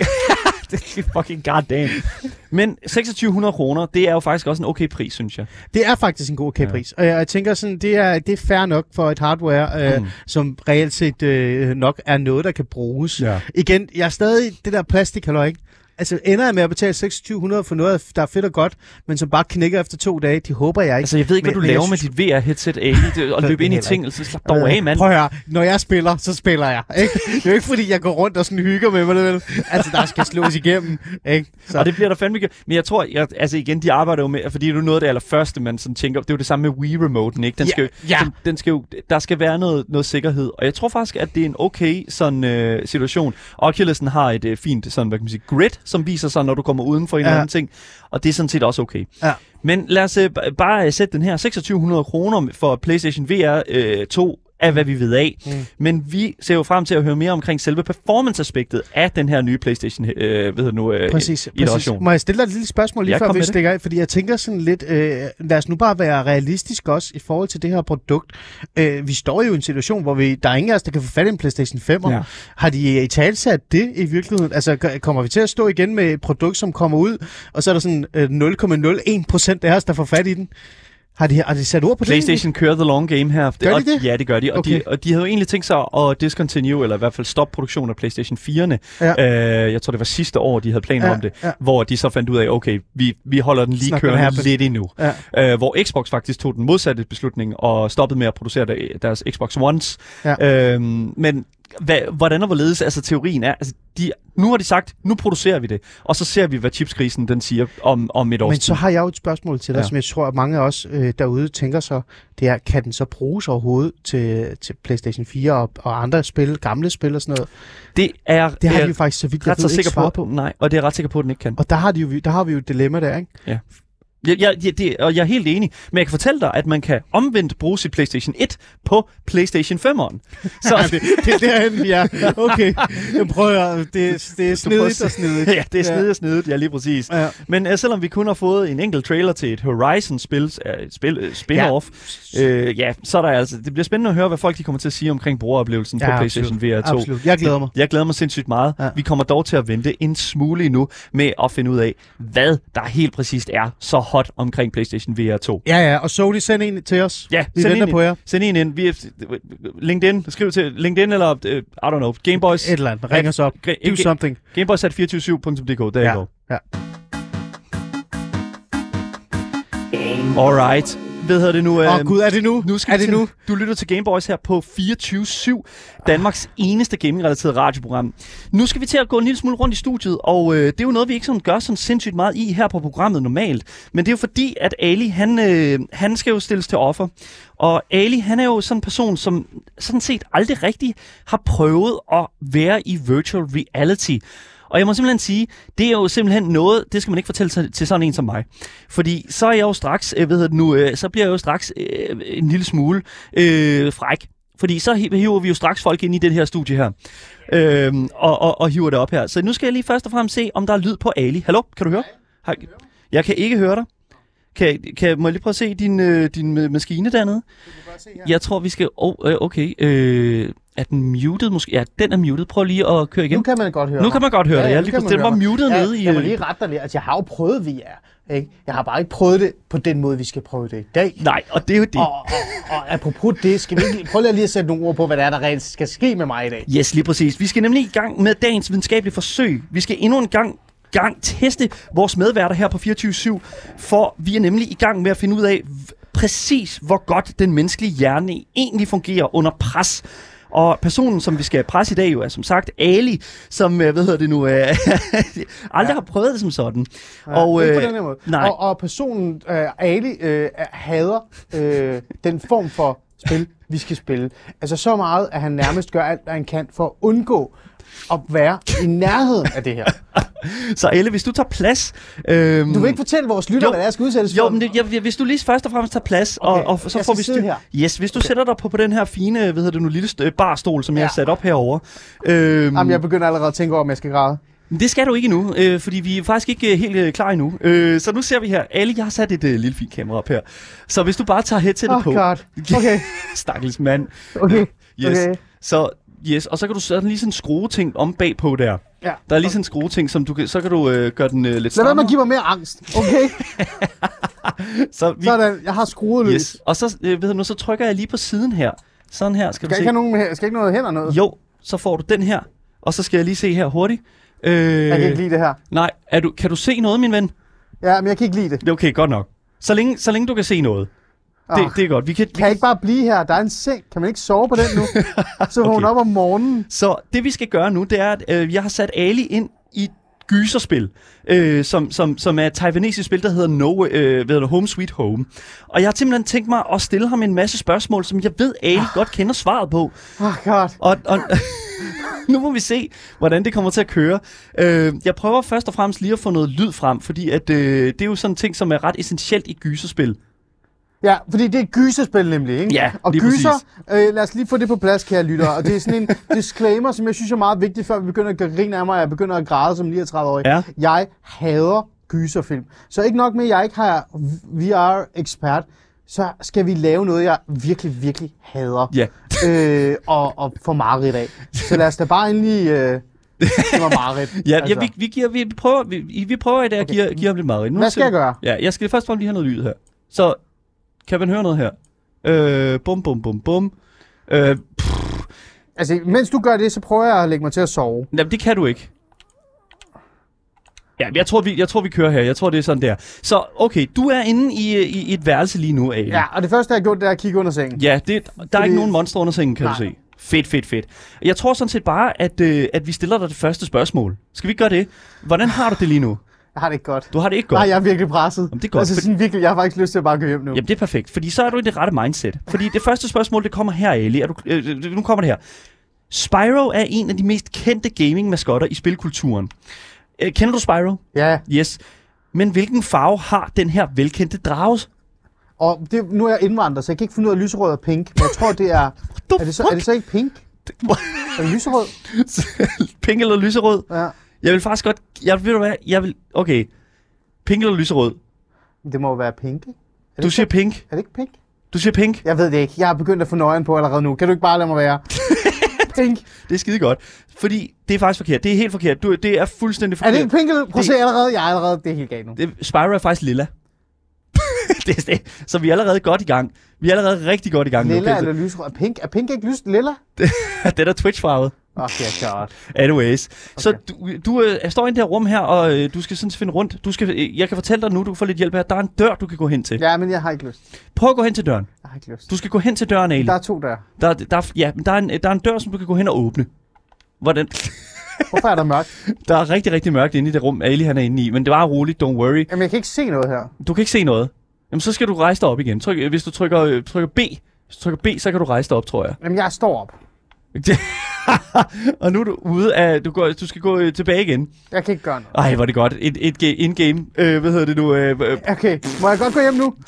A: er fucking goddamn. Men seksogtyve hundrede kroner, det er jo faktisk også en okay pris, synes jeg.
B: Det er faktisk en god okay pris. Og jeg, jeg tænker sådan, det er, det er fair nok for et hardware, øh, mm. som reelt set øh, nok er noget, der kan bruges. Ja. Igen, jeg er stadig det der plastik, halløj, ikke? Altså, ender jeg med at betale seksogtyve hundrede for noget, der er fedt og godt, men som bare knækker efter to dage? De håber jeg ikke.
A: Altså, jeg ved ikke, men, hvad du laver med dit V R-headset, Ali, og løbe ind i ting, så slap dog af, mand.
B: Prøv at høre, når jeg spiller, så spiller jeg, ikke? Det er jo ikke, fordi jeg går rundt og sådan hygger med mig, det vel? Altså, der skal slås igennem, ikke?
A: Så. Og det bliver der fandme ikke. Men jeg tror, jeg, altså igen, de arbejder jo med, fordi det er noget af det allerførste, man sådan tænker, det er jo det samme med Wii-remoten, ikke? Den skal, ja, ja. Den, den skal jo, der skal være noget, noget sikkerhed, og jeg tror faktisk, at det er en okay sådan øh, situation. Oculusen har et øh, fint sådan, hvad kan man sige, grid, som viser sig, når du kommer uden for en ja. eller anden ting, og det er sådan set også okay. Ja. Men lad os uh, bare uh, sætte den her seksogtyve hundrede kroner for PlayStation V R to af, hvad vi ved af. Mm. Men vi ser jo frem til at høre mere omkring selve performance-aspektet af den her nye PlayStation øh, ved nu, øh,
B: præcis, præcis. Må jeg stille dig et lille spørgsmål lige
A: ja,
B: før vi stikker af? Fordi jeg tænker sådan lidt, øh, lad os nu bare være realistisk også i forhold til det her produkt. Øh, vi står jo i en situation, hvor vi, der er ingen af os, der kan få fat i en PlayStation fem'er. Ja. Har de i talsat det i virkeligheden? Altså kommer vi til at stå igen med et produkt, som kommer ud, og så er der sådan øh, nul komma nul en procent af os, der får fat i den? Har de, har de sat ord på
A: PlayStation det? kører the long game her.
B: Gør de det?
A: Ja, det gør de. Og, okay. de. og de havde jo egentlig tænkt sig at discontinue, eller i hvert fald stoppe produktionen af PlayStation fire'erne. Ja. Øh, jeg tror, det var sidste år, de havde planer ja, om det. Ja. Hvor de så fandt ud af, okay, vi, vi holder den lige Snak kørende lidt endnu. Ja. Øh, hvor Xbox faktisk tog den modsatte beslutning og stoppede med at producere deres Xbox Ones. Ja. Øh, men hvad, hvordan og hvorledes, altså teorien er, altså de, nu har de sagt, nu producerer vi det, og så ser vi, hvad chipskrisen den siger om, om et år.
B: Men så har jeg jo et spørgsmål til dig, ja. som jeg tror, at mange af os øh, derude tænker så, det er, kan den så bruges overhovedet til, til PlayStation fire og, og andre spil, gamle spil og sådan noget?
A: Det er
B: det har de jo faktisk så vidt jeg ved ikke svaret
A: på. Nej, og det er ret sikker på, at den ikke kan.
B: Og der har, de jo, der har vi jo et dilemma der, ikke?
A: Ja. Jeg, jeg, det, og jeg er helt enig, men jeg kan fortælle dig, at man kan omvendt bruge sit PlayStation et på PlayStation fem'eren.
B: Så det, det er derhen, ja. Okay, jeg prøver, det, det er snedigt og snedigt.
A: Ja, det er snedigt og snedigt, ja, lige præcis. Ja. Men uh, selvom vi kun har fået en enkelt trailer til et Horizon-spil, uh, spil, uh, spin-off, ja. Øh, ja, så er der altså, det bliver spændende at høre, hvad folk de kommer til at sige omkring brugeroplevelsen ja, på PlayStation
B: absolut.
A: V R to.
B: Absolut. Jeg glæder mig.
A: Jeg glæder mig sindssygt meget. Ja. Vi kommer dog til at vente en smule nu med at finde ud af, hvad der helt præcist er så hot omkring PlayStation V R to.
B: Ja, ja, og Sony, send en til os.
A: Ja,
B: vi venter på jer.
A: Send en ind. Vi er, LinkedIn, skriv til LinkedIn eller, uh, I don't know, Gameboys.
B: Et eller andet, ring os op. Do ga- something.
A: Gameboys at to fire syv punktum d k, der
B: ja.
A: you go.
B: Ja.
A: Alright. Hvad hedder det nu?
B: Åh oh, gud, er det nu?
A: nu
B: er det nu?
A: Du lytter til Gameboys her på fireogtyve syv, Danmarks eneste gaming-relateret radioprogram. Nu skal vi til at gå en lille smule rundt i studiet, og øh, det er jo noget, vi ikke sådan gør sådan sindssygt meget i her på programmet normalt. Men det er jo fordi, at Ali, han, øh, han skal jo stilles til offer. Og Ali, han er jo sådan en person, som sådan set aldrig rigtig har prøvet at være i virtual reality. Og jeg må simpelthen sige, det er jo simpelthen noget, det skal man ikke fortælle til, til sådan en som mig. Fordi så er jeg jo straks, øh, hvad hedder det nu, øh, så bliver jeg jo straks øh, en lille smule øh, fræk. Fordi så hiver vi jo straks folk ind i det her studie her, øh, og, og, og hiver det op her. Så nu skal jeg lige først og fremmest se, om der er lyd på Ali. Hallo, kan du høre? Har, jeg kan ikke høre dig. Kan, kan, må jeg lige prøve at se din, øh, din maskine dernede? Jeg tror, vi skal... Oh, okay. Øh, er den muted måske? Ja, den er muted. Prøv lige at køre igen.
B: Nu kan man godt høre
A: Nu kan man godt høre
B: ja,
A: det.
B: Ja,
A: jeg lige, den var muted
B: ja,
A: nede i...
B: Jeg må lige rette dig lidt. Altså, jeg har jo prøvet V R. Ikke? Jeg har bare ikke prøvet det på den måde, vi skal prøve det i dag.
A: Nej, og det er jo det.
B: Og, og, og apropos det, skal vi ikke prøve lige at sætte nogle ord på, hvad det er, der rent skal ske med mig i dag?
A: Yes, lige præcis. Vi skal nemlig i gang med dagens videnskabelige forsøg. Vi skal endnu en gang gang teste vores medværter her på fireogtyve syv, for vi er nemlig i gang med at finde ud af præcis, hvor godt den menneskelige hjerne egentlig fungerer under pres. Og personen, som vi skal presse i dag, jo er som sagt Ali, som, hvad hedder det nu, øh, aldrig ja. har prøvet det som sådan.
B: Ja,
A: og,
B: ikke
A: øh,
B: på den her måde.
A: Nej.
B: Og, og personen, øh, Ali, øh, hader øh, den form for spil, vi skal spille. Altså så meget, at han nærmest gør alt, hvad han kan for at undgå at være i nærheden af det her.
A: Så Elle, hvis du tager plads... Øhm,
B: du vil ikke fortælle vores lytter, hvad der skal udsættes for?
A: Jo, men det, jeg, hvis du lige først og fremmest tager plads, okay. og, og så
B: jeg
A: får vi styr...
B: her.
A: Yes, hvis du
B: okay.
A: sætter dig på, på den her fine, hvad hedder det nu, lille st- barstol, som ja. jeg har sat op herovre. Øhm,
B: Jamen, jeg begynder allerede at tænke over, om jeg skal græde.
A: Det skal du ikke endnu, øh, fordi vi er faktisk ikke øh, helt øh, klar endnu. Øh, så nu ser vi her. Ali, jeg har sat et øh, lille fint kamera op her. Så hvis du bare tager headsetet
B: oh,
A: på...
B: God. Okay.
A: Stakkels mand.
B: Okay.
A: Yes.
B: Okay.
A: Så... Yes, og så kan du sætte lige sådan en skrueting om bagpå der.
B: Ja.
A: Der er lige sådan en skrueting, som du kan, så kan du øh, gøre den øh, lidt strammere.
B: Lad være med at give mig mere angst, okay?
A: så vi,
B: Sådan, jeg har skruet løs.
A: Yes. Og så, øh, ved du nu, så trykker jeg lige på siden her. Sådan her, skal,
B: skal
A: du se.
B: Ikke have nogen, skal ikke noget hænder noget?
A: Jo, så får du den her. Og så skal jeg lige se her hurtigt. Øh,
B: jeg kan ikke lide det her.
A: Nej, er du, kan du se noget, min ven?
B: Ja, men jeg kan ikke lide det.
A: Det er okay, godt nok. Så længe, så længe du kan se noget. Det, oh. det er godt. Vi kan,
B: kan
A: vi
B: jeg ikke bare blive her? Der er en seng. Kan man ikke sove på den nu? Så vågner okay. op om morgenen.
A: Så det vi skal gøre nu, det er, at øh, jeg har sat Ali ind i et gyserspil, øh, som, som, som er et taiwanesisk spil, der hedder no, øh, hvad hedder Home Sweet Home. Og jeg har simpelthen tænkt mig at stille ham en masse spørgsmål, som jeg ved, Ali oh. godt kender svaret på.
B: Åh, oh, God.
A: Og, og nu må vi se, hvordan det kommer til at køre. Øh, jeg prøver først og fremmest lige at få noget lyd frem, fordi at, øh, det er jo sådan en ting, som er ret essentielt i gyserspil.
B: Ja, fordi det er gyserspil nemlig, ikke?
A: Ja,
B: og gyser, øh, lad os lige få det på plads, kære lyttere. Og det er sådan en disclaimer, som jeg synes er meget vigtig, før vi begynder at grine af mig, og jeg begynder at græde som niogtredive-årig.
A: Ja.
B: Jeg hader gyserfilm. Så ikke nok med, at jeg ikke har V R-ekspert, så skal vi lave noget, jeg virkelig, virkelig hader.
A: Ja.
B: øh, og, og få mareridt af. Så lad os da bare endelig... Øh, det var mareridt.
A: Ja, altså. ja vi, vi, giver, vi, prøver, vi, vi prøver i dag at okay. give, give ham lidt mareridt.
B: Hvad skal jeg gøre?
A: Ja, jeg skal først og fremmest lige have noget lyd her. Så... Kan man høre noget her? Øh, bum, bum, bum, bum. Øh,
B: altså, mens du gør det, så prøver jeg at lægge mig til at sove.
A: Jamen, det kan du ikke. Ja, jeg tror, vi, jeg tror, vi kører her. Jeg tror, det er sådan der. Så, okay, du er inde i, i, i et værelse lige nu, Ali.
B: Ja, og det første, jeg har gjort, det er at kigge under sengen.
A: Ja, det, der Fordi... er ikke nogen monster under sengen, kan
B: Nej.
A: du se. Fedt, fedt, fedt. Jeg tror sådan set bare, at, øh, at vi stiller dig det første spørgsmål. Skal vi ikke gøre det? Hvordan har du det lige nu?
B: Jeg har det ikke godt.
A: Du har det ikke godt?
B: Nej, jeg er virkelig presset.
A: Jamen, det er godt.
B: Altså sådan virkelig, jeg har faktisk lyst til at bare gå hjem nu.
A: Jamen, det er perfekt, fordi så er du i det rette mindset. Fordi det første spørgsmål, det kommer her, Ali. Er du, øh, nu kommer det her. Spyro er en af de mest kendte gaming-maskotter i spilkulturen. Øh, kender du Spyro?
B: Ja.
A: Yes. Men hvilken farve har den her velkendte drage?
B: Og det, nu er jeg indvandrer, så jeg kan ikke finde ud af lyserød og pink. Men jeg tror, det er... Er det, så, er det så ikke pink? Er det lyserød?
A: Pink eller lyserød?
B: Ja.
A: Jeg vil faktisk godt... Jeg, ved du hvad? Jeg vil... Okay. Pink eller lyserød?
B: Det må jo være pink. Er
A: du siger pink?
B: Er det ikke pink?
A: Du siger pink?
B: Jeg ved det ikke. Jeg har begyndt at få nøjen på allerede nu. Kan du ikke bare lade mig være? Pink.
A: Det er skide godt. Fordi det er faktisk forkert. Det er helt forkert. Du, det er fuldstændig forkert.
B: Er det ikke pink? Prøv at se allerede. Jeg er allerede... Det er helt galt nu.
A: Det, Spyro er faktisk lilla. det er det. Så vi er allerede godt i gang. Vi er allerede rigtig godt i gang
B: lilla
A: nu. Lilla
B: eller lyserød? Er pink, er pink ikke lys? Lilla?
A: det er Twitch-farvet.
B: Okay, god.
A: Anyways. Okay. Så du, du øh, står i det her rum her, og øh, du skal sådan finde rundt. Du skal, øh, jeg kan fortælle dig nu, du kan få lidt hjælp her. Der er en dør, du kan gå hen til.
B: Ja, men jeg har ikke lyst.
A: Prøv at gå hen til døren.
B: Jeg har ikke lyst.
A: Du skal gå hen til døren, Ali.
B: Der er to døre.
A: Der, der, ja, men der er, en, der er en dør, som du kan gå hen og åbne. Hvordan?
B: Hvorfor er der mørkt?
A: Der er rigtig, rigtig mørkt inde i det rum, Ali han er inde i. Men det var roligt, don't worry.
B: Jamen, jeg kan ikke se noget her.
A: Du kan ikke se noget. Jamen, så skal du rejse dig op igen. Tryk, hvis du trykker, trykker B, hvis du trykker B, så kan du rejse dig op, tror jeg.
B: Jamen, jeg står op.
A: Og nu er du ude af... Du, går, du skal gå tilbage igen.
B: Jeg kan ikke gøre noget.
A: Ej, hvor er det godt. Et, et in-game. Øh, hvad hedder det nu? Øh, øh.
B: Okay, må jeg godt gå hjem nu?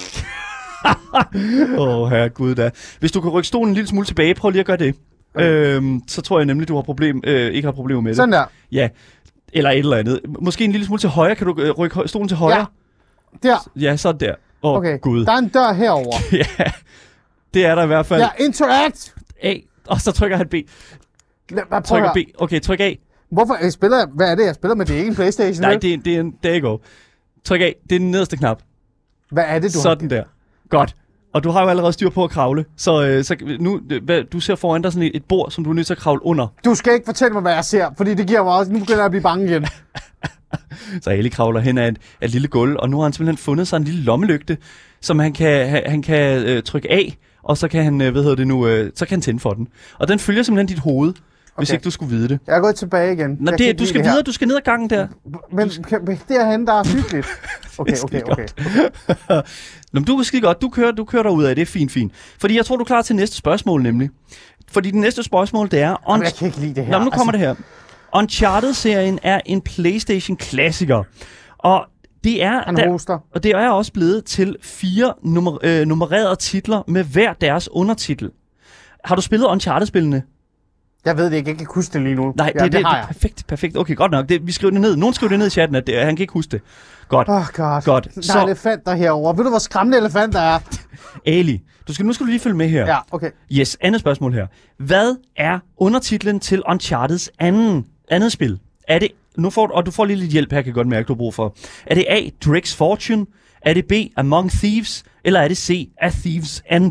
A: Åh, oh, herregud da. Hvis du kan rykke stolen en lille smule tilbage, prøv lige at gøre det. Okay. Øhm, så tror jeg nemlig, du har problem, øh, ikke har problemer med det.
B: Sådan der.
A: Ja. Eller et eller andet. Måske en lille smule til højre. Kan du øh, rykke stolen til højre?
B: Ja, der.
A: Ja, så der. Åh, oh,
B: Okay,
A: gud.
B: der er en dør herover.
A: Ja, det er der i hvert fald.
B: Ja, interact!
A: A, og så trykker han B.
B: Lad, prøv
A: Trykker
B: at-
A: B. Okay, tryk A.
B: Hvorfor jeg spiller jeg? Hvad er det, jeg spiller med? Det er ikke en PlayStation,
A: Nej,
B: vel?
A: det er, det er en there you go. Tryk A. Det er den nederste knap.
B: Hvad er det, du
A: Sådan der. Godt. Og du har jo allerede styr på at kravle. Så, øh, så nu, hvad, du ser foran dig sådan et, et bord, som du er nødt til at kravle under.
B: Du skal ikke fortælle mig, hvad jeg ser, fordi det giver mig også... Nu begynder jeg at blive bange igen.
A: Så Ali kravler hen ad et, ad et lille gulv, og nu har han simpelthen fundet sig en lille lommelygte, som han kan, han, han kan øh, trykke af, og så kan han, øh, hvad hedder det nu, øh, så kan han tænde for den. Og den følger simpelthen dit hoved, okay. Hvis ikke du skulle vide det.
B: Jeg er gået tilbage igen.
A: Nå,
B: Jeg
A: det,
B: kan ikke
A: du skal
B: lide det
A: videre, du skal ned ad gangen der.
B: Men kan, derhen, der er hyggeligt. Okay, okay, okay.
A: Nå, men du er skide godt. Du kører, du kører derud af. Det er fint, fint. Fordi jeg tror, du er klar til næste spørgsmål, nemlig. Fordi det næste spørgsmål, det er...
B: Jamen, jeg kan ikke lide det her.
A: Nå, nu kommer
B: altså...
A: det her. Uncharted-serien er en PlayStation-klassiker. Og det er...
B: Han
A: der,
B: hoster.
A: og det er også blevet til fire nummer, øh, nummererede titler med hver deres undertitel. Har du spillet Uncharted-spillene?
B: Jeg ved det ikke. Jeg kan ikke huske det lige nu.
A: Nej, det,
B: ja,
A: det,
B: det,
A: det
B: har
A: er
B: jeg.
A: perfekt, perfekt. Okay, godt nok. Det, vi skriver det ned. Nogen skriver det ned i chatten, at det, han kan ikke huske det. Godt.
B: Åh, oh, god.
A: Godt.
B: Der er
A: Så-
B: elefanter herovre. Ved du, hvor skræmmende elefanter er?
A: Ali, du skal, nu skal du lige følge med her.
B: Ja, okay.
A: Yes, andet spørgsmål her. Hvad er undertitlen til Uncharteds anden, andet spil? Er det, nu får, og du får lige lidt hjælp her, kan jeg godt mærke, du har brug for. Er det A, Drake's Fortune? Er det B, Among Thieves? Eller er det C, A Thief's End?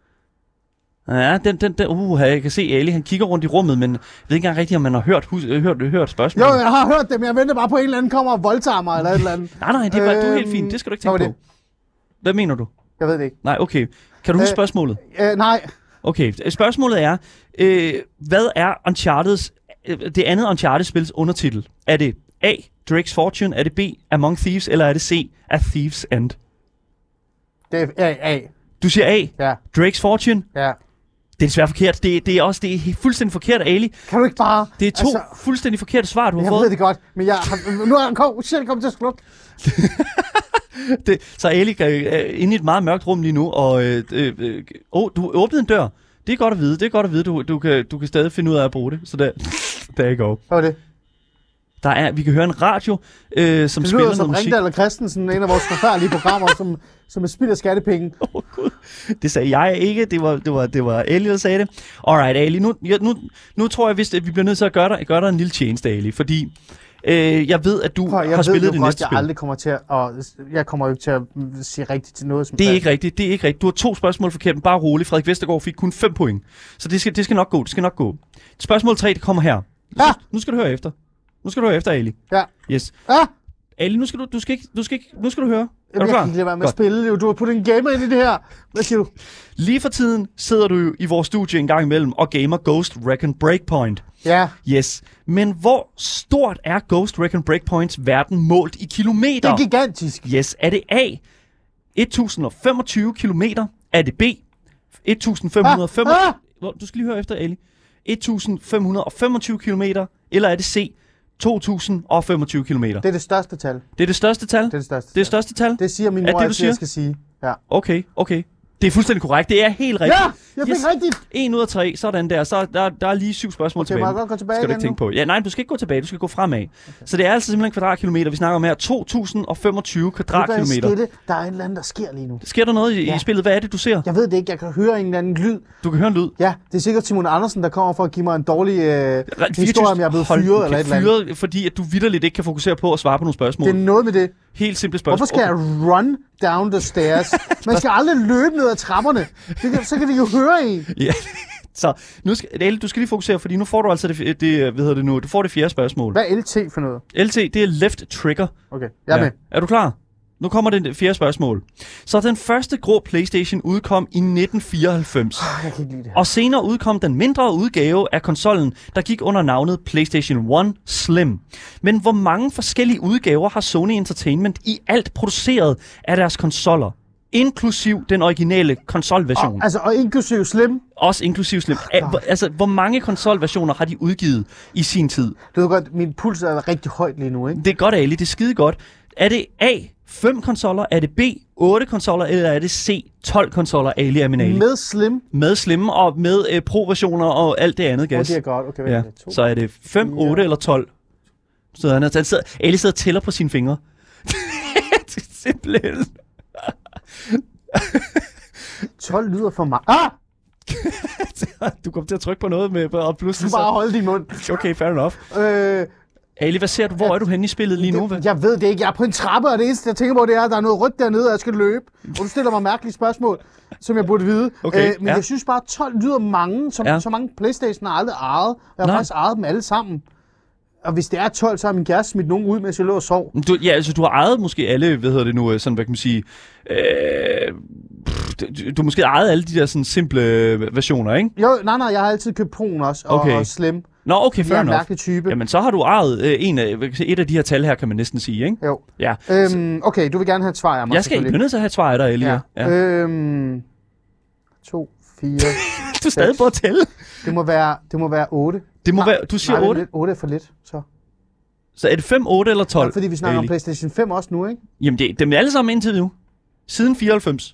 A: Ja, den, den, den, uh, jeg kan se Ali, han kigger rundt i rummet, men jeg ved ikke engang rigtigt, om man har hørt, hus, hørt, hørt spørgsmålet.
B: Jo, jeg har hørt det, men jeg venter bare på, at en eller anden kommer og voldtager mig, eller et eller andet.
A: Nej, nej, det er, bare, du er helt
B: Øhm,
A: fint. Det skal du ikke
B: hvad
A: tænke
B: var
A: på. Hvad mener du?
B: Jeg ved det ikke.
A: Nej, okay. Kan du huske
B: Øh,
A: spørgsmålet?
B: Øh, nej.
A: Okay, spørgsmålet er, øh, hvad er Uncharted's, øh, det andet Uncharted-spils undertitel? Er det A, Drake's Fortune? Er det B, Among Thieves? Eller er det C, A Thief's End?
B: Det er A, A.
A: Du siger A,
B: Ja,
A: Drake's Fortune?
B: ja.
A: Det er desværre forkert. Det, det er også det er fuldstændig forkert, Ali.
B: Kan du ikke bare...
A: Det er to altså, fuldstændig forkerte svar, du har
B: Jeg
A: fået.
B: ved det godt, men jeg har... Nu er jeg kom, shit, kom til at slukke.
A: Det, så Ali er øh, inde i et meget mørkt rum lige nu, og øh, øh, øh, oh, du åbnede en dør. Det er godt at vide, det er godt at vide, du, du, kan, du kan stadig finde ud af at bruge det. Så der, der er go.
B: Hvad var det?
A: Der er, vi kan høre en radio, øh, som
B: Det
A: spiller
B: lyder som
A: noget musik.
B: Ringdal og Christensen, en af vores forfærdelige programmer, som, som er spild af skattepenge.
A: Åh, oh, Gud. Det sagde jeg ikke, det var, det var, det var Ali, der sagde det. Alright, Ali, nu, jeg, nu, nu tror jeg vist, at vi bliver nødt til at gøre dig, gøre dig en lille tjeneste, Ali, fordi øh, jeg ved, at du
B: Prøv, jeg
A: har spillet
B: ved
A: det
B: jo godt,
A: næste
B: jeg
A: spil.
B: aldrig kommer til at... Og jeg kommer jo ikke til at sige rigtigt til noget som...
A: Det er ikke rigtigt, det er ikke rigtigt. Du har to spørgsmål forkert, men bare rolig. Frederik Vestergaard fik kun fem point. Så det skal, det skal nok gå, det skal nok gå. Spørgsmål tre, det kommer her.
B: Ja.
A: Nu skal du høre efter. Nu skal du høre efter, Ali.
B: Ja.
A: Yes.
B: Ah!
A: Ali, nu skal du, du skal ikke, du skal ikke, nu skal du høre. Er
B: Jamen,
A: du
B: jeg
A: klar?
B: kan ikke lade være med at
A: Godt.
B: spille. Jo, du har puttet en gamer ind i det her. Hvad siger du?
A: Lige for tiden sidder du jo i vores studie en gang imellem og gamer Ghost Recon Breakpoint.
B: Ja.
A: Yes. Men hvor stort er Ghost Recon Breakpoints verden målt i kilometer?
B: Det er gigantisk.
A: Yes. Er det A, et tusind og femogtyve kilometer? Er det B, et tusind fem hundrede og femogtyve...
B: Ah!
A: Hvor- Du skal lige høre efter, Ali. et tusind fem hundrede og femogtyve kilometer? Eller er det C, to tusind og femogtyve kilometer?
B: Det er det største tal. Det
A: Det er det største tal?
B: er det største
A: Det er det største tal?
B: Det siger min
A: Er
B: mor,
A: det, du
B: at
A: siger?
B: jeg skal sige. Ja.
A: Okay, okay. Det er fuldstændig korrekt. Det er helt rigtigt.
B: Ja, jeg fik
A: Yes.
B: rigtigt.
A: En ud af tre, sådan der. Så der, der er lige syv spørgsmål
B: Okay,
A: tilbage.
B: må jeg godt gå tilbage
A: skal du
B: igen
A: ikke tænke på. Ja, nej, du skal ikke gå tilbage. Du skal gå fremad. Okay. Så det er altså simpelthen kvadratkilometer, vi snakker om her. to tusind og femogtyve kvadratkilometer.
B: Det der er en eller anden, der sker lige nu.
A: Sker der noget i,
B: Ja.
A: i spillet? Hvad er det, du ser?
B: Jeg ved det ikke. Jeg kan høre en eller anden lyd.
A: Du kan høre en lyd.
B: Ja, det er sikkert Simon Andersen, der kommer for at give mig en dårlig øh, historie, om jeg er blevet
A: Hold-
B: fyret eller et eller andet.
A: Fyret, fordi at du vitterligt ikke kan fokusere på at svare på nogle spørgsmål.
B: Det er noget med det.
A: Helt simple spørgsmål.
B: Hvorfor skal jeg run down the stairs? Man skal aldrig løbe ned ad trapperne. Det kan, så kan de jo høre en.
A: Ja. Så nu skal, Ali, du skal lige fokusere, fordi nu får du altså det, det, hvad hedder det nu, du får det fjerde spørgsmål.
B: Hvad er L T for noget?
A: L T, det er left trigger.
B: Okay, jeg er med.
A: Er du klar? Nu kommer det fjerde spørgsmål. Så den første grå PlayStation udkom i nitten fireoghalvfems.
B: Jeg kan ikke lide det her.
A: Og senere udkom den mindre udgave af konsollen, der gik under navnet PlayStation one Slim. Men hvor mange forskellige udgaver har Sony Entertainment i alt produceret af deres konsoller? Inklusiv den originale konsolversion.
B: Og, altså, og inklusiv Slim.
A: Også inklusiv Slim. A, hvor- altså, hvor mange konsolversioner har de udgivet i sin tid?
B: Du ved godt, min puls er rigtig højt lige nu, ikke?
A: Det er godt, Ali. Det er skide godt. Er det A, fem konsoller? Er det B, otte konsoller? Eller er det C, tolv konsoller? Ali Aminali.
B: Med Slim.
A: Med Slim og med øh, Pro-versioner og alt det andet
B: Og
A: gas.
B: det er godt. Okay, vent
A: Ja.
B: lidt. To.
A: Så er det fem,
B: fire.
A: otte eller tolv? Så han, han sidder, Ali sidder og tæller på sine fingre. Det er simpelthen...
B: tolv lyder for meget. Ah!
A: Du kommer til at trykke på noget med, og pludselig
B: Du bare holde din mund.
A: Okay, fair enough.
B: Øh,
A: Ali, hvad ser du? Hvor er du henne i spillet lige nu?
B: det, jeg ved det ikke. Jeg er på en trappe, og det eneste, jeg tænker på, det er, at der er noget rødt dernede, og jeg skal løbe. Og du stiller mig mærkelige spørgsmål, som jeg burde vide.
A: Okay,
B: øh, men
A: ja.
B: jeg synes bare, at tolv lyder mange. Som,
A: Ja.
B: Så mange PlayStation har aldrig ejet. Og jeg har
A: Nej.
B: faktisk ejet dem alle sammen. Og hvis det er tolv, så har min kæreste smidt nogen ud, mens jeg lå og sov.
A: Du, ja, altså du har ejet måske alle, hvad hedder det nu, sådan, hvad kan man sige, øh, pff, du, du har måske ejet alle de der sådan simple versioner, ikke?
B: Jo, nej, nej, jeg har altid købt Proen også, og,
A: Okay.
B: og Slim.
A: Nå, okay,
B: Jeg
A: fair
B: er en
A: enough.
B: mærkelig type.
A: Jamen, så har du ejet øh, en af, et af de her tal her, kan man næsten sige, ikke?
B: Jo.
A: Ja.
B: Øhm, okay, du vil gerne have et svar af mig,
A: Jeg skal ikke nødt til at have et svar af dig, Elia.
B: Ja.
A: Ja.
B: Øhm, to, fire...
A: Du er stadig på at tælle.
B: Det må være, det må være otte.
A: Det må
B: Nej,
A: være, du siger
B: nej,
A: otte.
B: Lidt, otte er for lidt, så.
A: Så er det fem, otte eller tolv?
B: Ja, fordi vi snakker
A: Ali?
B: om PlayStation fem også nu, ikke?
A: Jamen, det, dem er alle sammen indtil nu. Siden fireoghalvfems.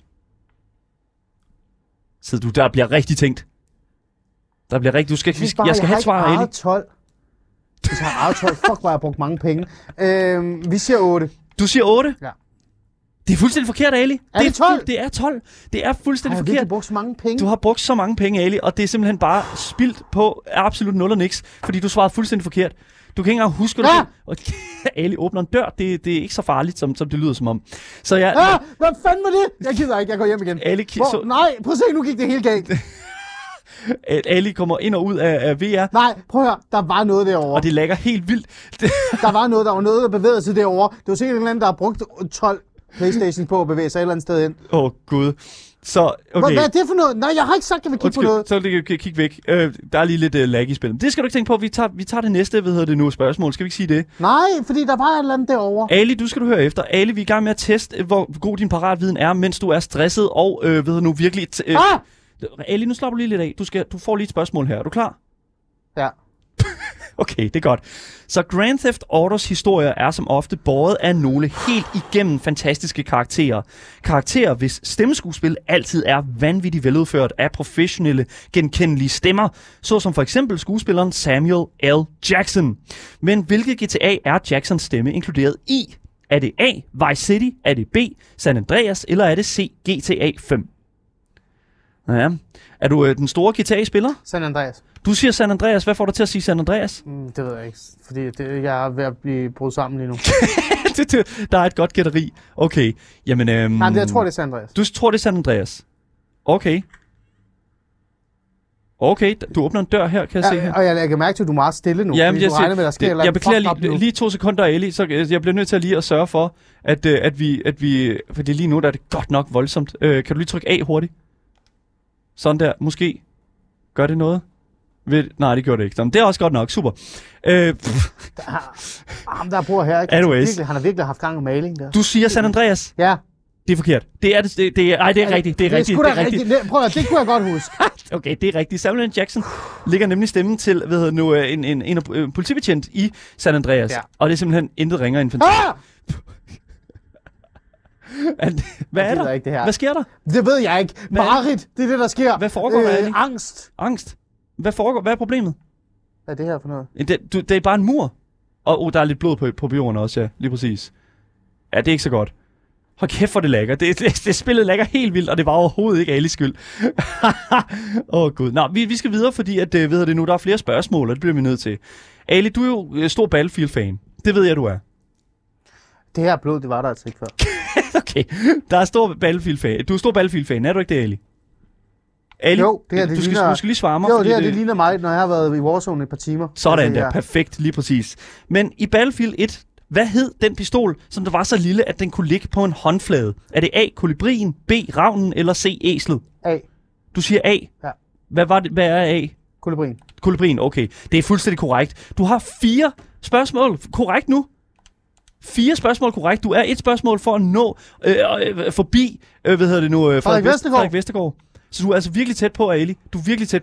A: Så du, der bliver rigtig tænkt. Der bliver rigtig... Du skal,
B: Jeg, synes
A: vi,
B: bare,
A: jeg skal
B: jeg
A: have et svar,
B: har ikke
A: Ali.
B: ejet tolv. Hvis jeg har ejet tolv, fuck, hvor jeg har brugt mange penge. Øhm, vi siger otte.
A: Du siger otte?
B: Ja.
A: Det er fuldstændig forkert, Ali.
B: Er det tolv?
A: fuld- Det er tolv. Det er
B: Har
A: fuldstændig
B: jeg
A: forkert.
B: virkelig brugt så mange penge?
A: Du har brugt så mange penge, Ali, og det er simpelthen bare spildt på absolut nul og niks, fordi du svarede fuldstændig forkert. Du kan ikke engang huske,
B: Ja!
A: at du... Og Ali åbner en dør. Det, det er ikke så farligt, som, som det lyder som om. Så jeg...
B: Ah, hvad fanden var det? Jeg gider ikke, jeg går hjem igen.
A: Ali, ki-
B: Hvor,
A: så-
B: nej, prøv at se, nu gik det helt galt.
A: Ali kommer ind og ud af, af V R,
B: Nej, prøv at høre, der var noget derovre.
A: og det lægger helt vildt.
B: Der var noget, der var noget, der bevægede sig derovre. Det var sikkert en eller anden, der har brugt tolv PlayStation på at bevæge sig et eller andet sted ind.
A: Åh, oh, gud. Så,
B: Hvad,
A: okay.
B: hvad er det for noget? Nej, jeg har ikke sagt, at jeg vil kigge på noget.
A: Undskyld, så kan kigge væk. Øh, der er lige lidt uh, lag i spillet. Det skal du ikke tænke på. Vi tager, vi tager det næste, hvad hedder det nu, spørgsmål. Skal vi ikke sige det?
B: Nej, fordi der var et eller andet derovre.
A: Ali, du skal du høre efter. Ali, vi er i gang med at teste, hvor god din paratviden er, mens du er stresset og, øh, ved du nu, virkelig... T- øh,
B: Ah!
A: Ali, nu slapper du lige lidt af. Du, skal, du får lige et spørgsmål her. Er du klar?
B: Ja.
A: Okay, det er godt. Så Grand Theft Autos historier er som ofte båret af nogle helt igennem fantastiske karakterer. Karakterer, hvis stemmeskuespil altid er vanvittigt veludført af professionelle, genkendelige stemmer, såsom for eksempel skuespilleren Samuel L. Jackson. Men hvilket G T A er Jacksons stemme inkluderet i? Er det A, Vice City? Er det B, San Andreas? Eller er det C, G T A fem? Ja. Er du øh, den store G T A-spiller?
B: San Andreas.
A: Du siger San Andreas. Hvad får dig til at sige San Andreas?
B: Mm, det ved jeg ikke, fordi det, jeg er ved at blive brudt sammen lige nu.
A: det, det, der er et godt gætteri. Okay, jamen... Øhm,
B: Nej, det, jeg tror, det er San Andreas.
A: Du tror, det er San Andreas? Okay. Okay, du åbner en dør her, kan jeg se
B: Ja,
A: her.
B: og jeg lægger mærke til, at du er meget stille nu,
A: Jamen,
B: fordi
A: jeg,
B: du regner med, at der sker et
A: det,
B: eller
A: jeg
B: andet
A: beklager
B: fucked up
A: lige,
B: nu.
A: lige to sekunder, Ali, så jeg jeg bliver nødt til lige at sørge for, at, øh, at, vi, at vi... Fordi lige nu der er det godt nok voldsomt. Øh, kan du lige trykke A hurtigt? Sådan der, måske. Gør det noget? Ved, nej, det gjorde det ikke. Jamen, det er også godt nok. Super. Øh,
B: Ham der bor her, ikke?
A: Anyways.
B: Virkelig, han har virkelig haft gang med maling der.
A: du siger San Andreas.
B: Ja.
A: Det er forkert. Det er det. det, det er, ej, det er rigtigt. Det er rigtigt.
B: sgu
A: Det
B: da
A: er rigtigt.
B: rigtigt. Prøv at det kunne jeg godt huske.
A: Okay, det er rigtigt. Samuel L. Jackson ligger nemlig stemmen til, hvad hedder nu, en, en, en uh, politibetjent i San Andreas.
B: Ja.
A: Og det er simpelthen intet ringer end fantastisk.
B: Ah!
A: Hvad er
B: Jeg gider
A: der?
B: ikke det her.
A: Hvad sker der?
B: Det ved jeg ikke.
A: Hvad-
B: Marit, det er det, der sker.
A: Hvad foregår der, Ali?
B: Angst.
A: Angst. Hvad foregår? Hvad er problemet?
B: Hvad er det her for noget?
A: Det, du, det er bare en mur. Og oh, der er lidt blod på, på jorden også, ja. Lige præcis. Ja, det er ikke så godt. Hold kæft for det lækker. Det, det, det spillet lækker helt vildt, og det var overhovedet ikke Alis skyld. Åh oh, gud. Nå, vi, vi skal videre, fordi at, ved det nu, der er flere spørgsmål, og det bliver vi nødt til. Ali, du er jo øh, stor Battlefield-fan. Det ved jeg, du er.
B: Det her blod, det var der altså ikke før.
A: Okay, der er stor Battlefield-fan. Du er stor Battlefield-fan, er du ikke det, Ali? Ali,
B: Jo, det her, det
A: du, skal,
B: ligner-
A: du skal lige svare mig.
B: Jo,
A: fordi
B: det her, det ligner mig, når jeg har været i Warzone et par timer.
A: Sådan
B: Altså,
A: der,
B: ja.
A: perfekt, lige præcis. Men i Battlefield et, hvad hed den pistol, som der var så lille, at den kunne ligge på en håndflade? Er det A, kolibrien, B, ravnen eller C, æslet?
B: A.
A: Du siger A.
B: Ja.
A: Hvad, var det, hvad er A?
B: Kolibrin.
A: Kolibrien, okay. Det er fuldstændig korrekt. Du har fire spørgsmål korrekt nu. Fire spørgsmål korrekt. Du er et spørgsmål for at nå øh, øh, forbi, øh, hvad hedder det nu? Øh,
B: Frederik
A: Vest-
B: Vestergaard.
A: Frederik Vestergaard. Så du er altså virkelig tæt på, Ali. Du er virkelig tæt på.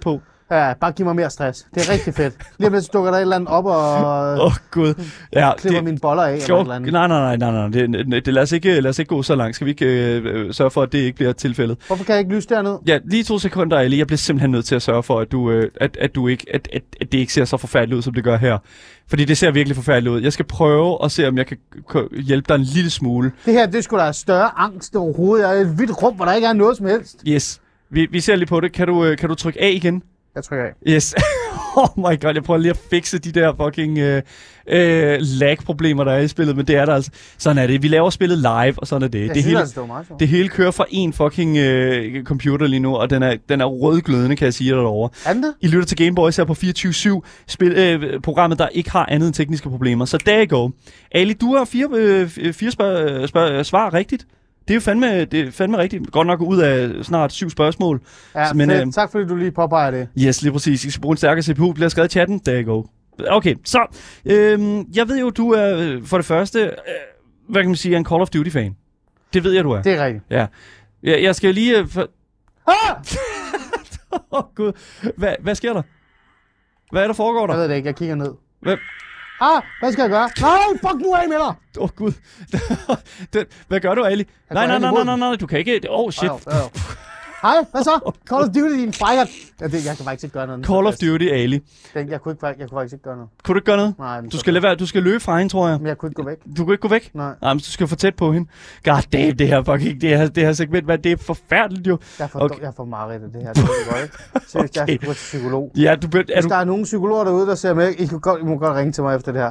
B: Ja, bare giv mig mere stress. Det er rigtig fedt. Lige om lidt dukker der et eller andet op og
A: Åh, oh, Gud. Ja,
B: klipper
A: det,
B: mine boller af.
A: jo,
B: Eller et eller andet.
A: nej, nej, nej, nej, nej. Det, det, det, lad, os ikke, lad os ikke gå så langt. Skal vi ikke øh, sørge for, at det ikke bliver tilfældet?
B: Hvorfor kan jeg ikke lyse derned?
A: Ja, lige to sekunder, Ali. Jeg bliver simpelthen nødt til at sørge for, at, du, øh, at, at, du ikke, at, at, at det ikke ser så forfærdeligt ud, som det gør her. Fordi det ser virkelig forfærdeligt ud. Jeg skal prøve at se, om jeg kan k- hjælpe dig en lille smule.
B: Det her, det skulle da have større angst overhovedet. Jeg er i et vildt rum, hvor der ikke er noget som helst.
A: Yes. Vi, vi ser lige på det. Kan du, øh, kan du trykke A igen?
B: Jeg trykker af.
A: Yes. Oh my god, jeg prøver lige at fikse de der fucking øh, øh, lag-problemer, der er i spillet, men det er der altså. Sådan er det. Vi laver spillet live, og sådan er det.
B: Jeg
A: det,
B: synes
A: hele,
B: altså, det var meget sjovt.
A: det hele kører fra en fucking øh, computer lige nu, og den er, den er rødglødende, kan jeg sige dig derovre.
B: Er den det?
A: I lytter til Game Boys her på fireogtyve syv, spil, øh, programmet, der ikke har andet end tekniske problemer. Så there you go. Ali, du har fire, øh, fire spørg, spørg, svar rigtigt. Det er jo fandme, det er fandme rigtigt. Godt nok ud af snart syv spørgsmål.
B: Ja,
A: men,
B: fedt.
A: Øh,
B: Tak fordi du lige påpeger det.
A: Yes, lige præcis. I skal bruge en stærkere C P U. Bliver skrevet i chatten. There you go. Okay, så. Øhm, jeg ved jo, du er øh, for det første, øh, hvad kan man sige, en Call of Duty-fan. Det ved jeg, du er.
B: Det er rigtigt.
A: Ja. Jeg, jeg skal lige... Øh, for...
B: Ah!
A: Åh, oh, Gud. Hvad, hvad sker der? Hvad er der foregår der?
B: Jeg ved det ikke, jeg kigger ned.
A: Hvad?
B: Ah, hvad skal jeg gøre? Nej, fuck nu af med dig!
A: Åh, oh, Gud. det, hvad gør du, Ali? Nej, nej, nej, nej, nej, nej, du kan ikke... Åh, oh, shit.
B: Oh, oh. Hej, hvad så? Call of Duty, din fejret. Ja, det, jeg kan faktisk ikke gøre noget.
A: Call of Duty, Ali.
B: Den, jeg, kunne ikke, jeg kunne faktisk ikke gøre noget.
A: Kunne du ikke gøre noget?
B: Nej, men
A: Du skal, lade være, du skal løbe fra hende, tror jeg.
B: Men jeg kunne ikke gå væk.
A: Du kan ikke gå væk?
B: Nej.
A: Nej, men du skal for tæt på hende. God damn, det her fucking, det her, det her segment, hvad, det er forfærdeligt jo.
B: Jeg får,
A: Okay.
B: okay. jeg får mareridt af det her. Det er det godt, ikke? Seriøst,
A: Okay.
B: jeg skal gå til psykolog.
A: Ja, du, er
B: Hvis
A: du,
B: der er nogen psykologer derude, der ser med, I, kan godt, I må godt ringe til mig efter det her.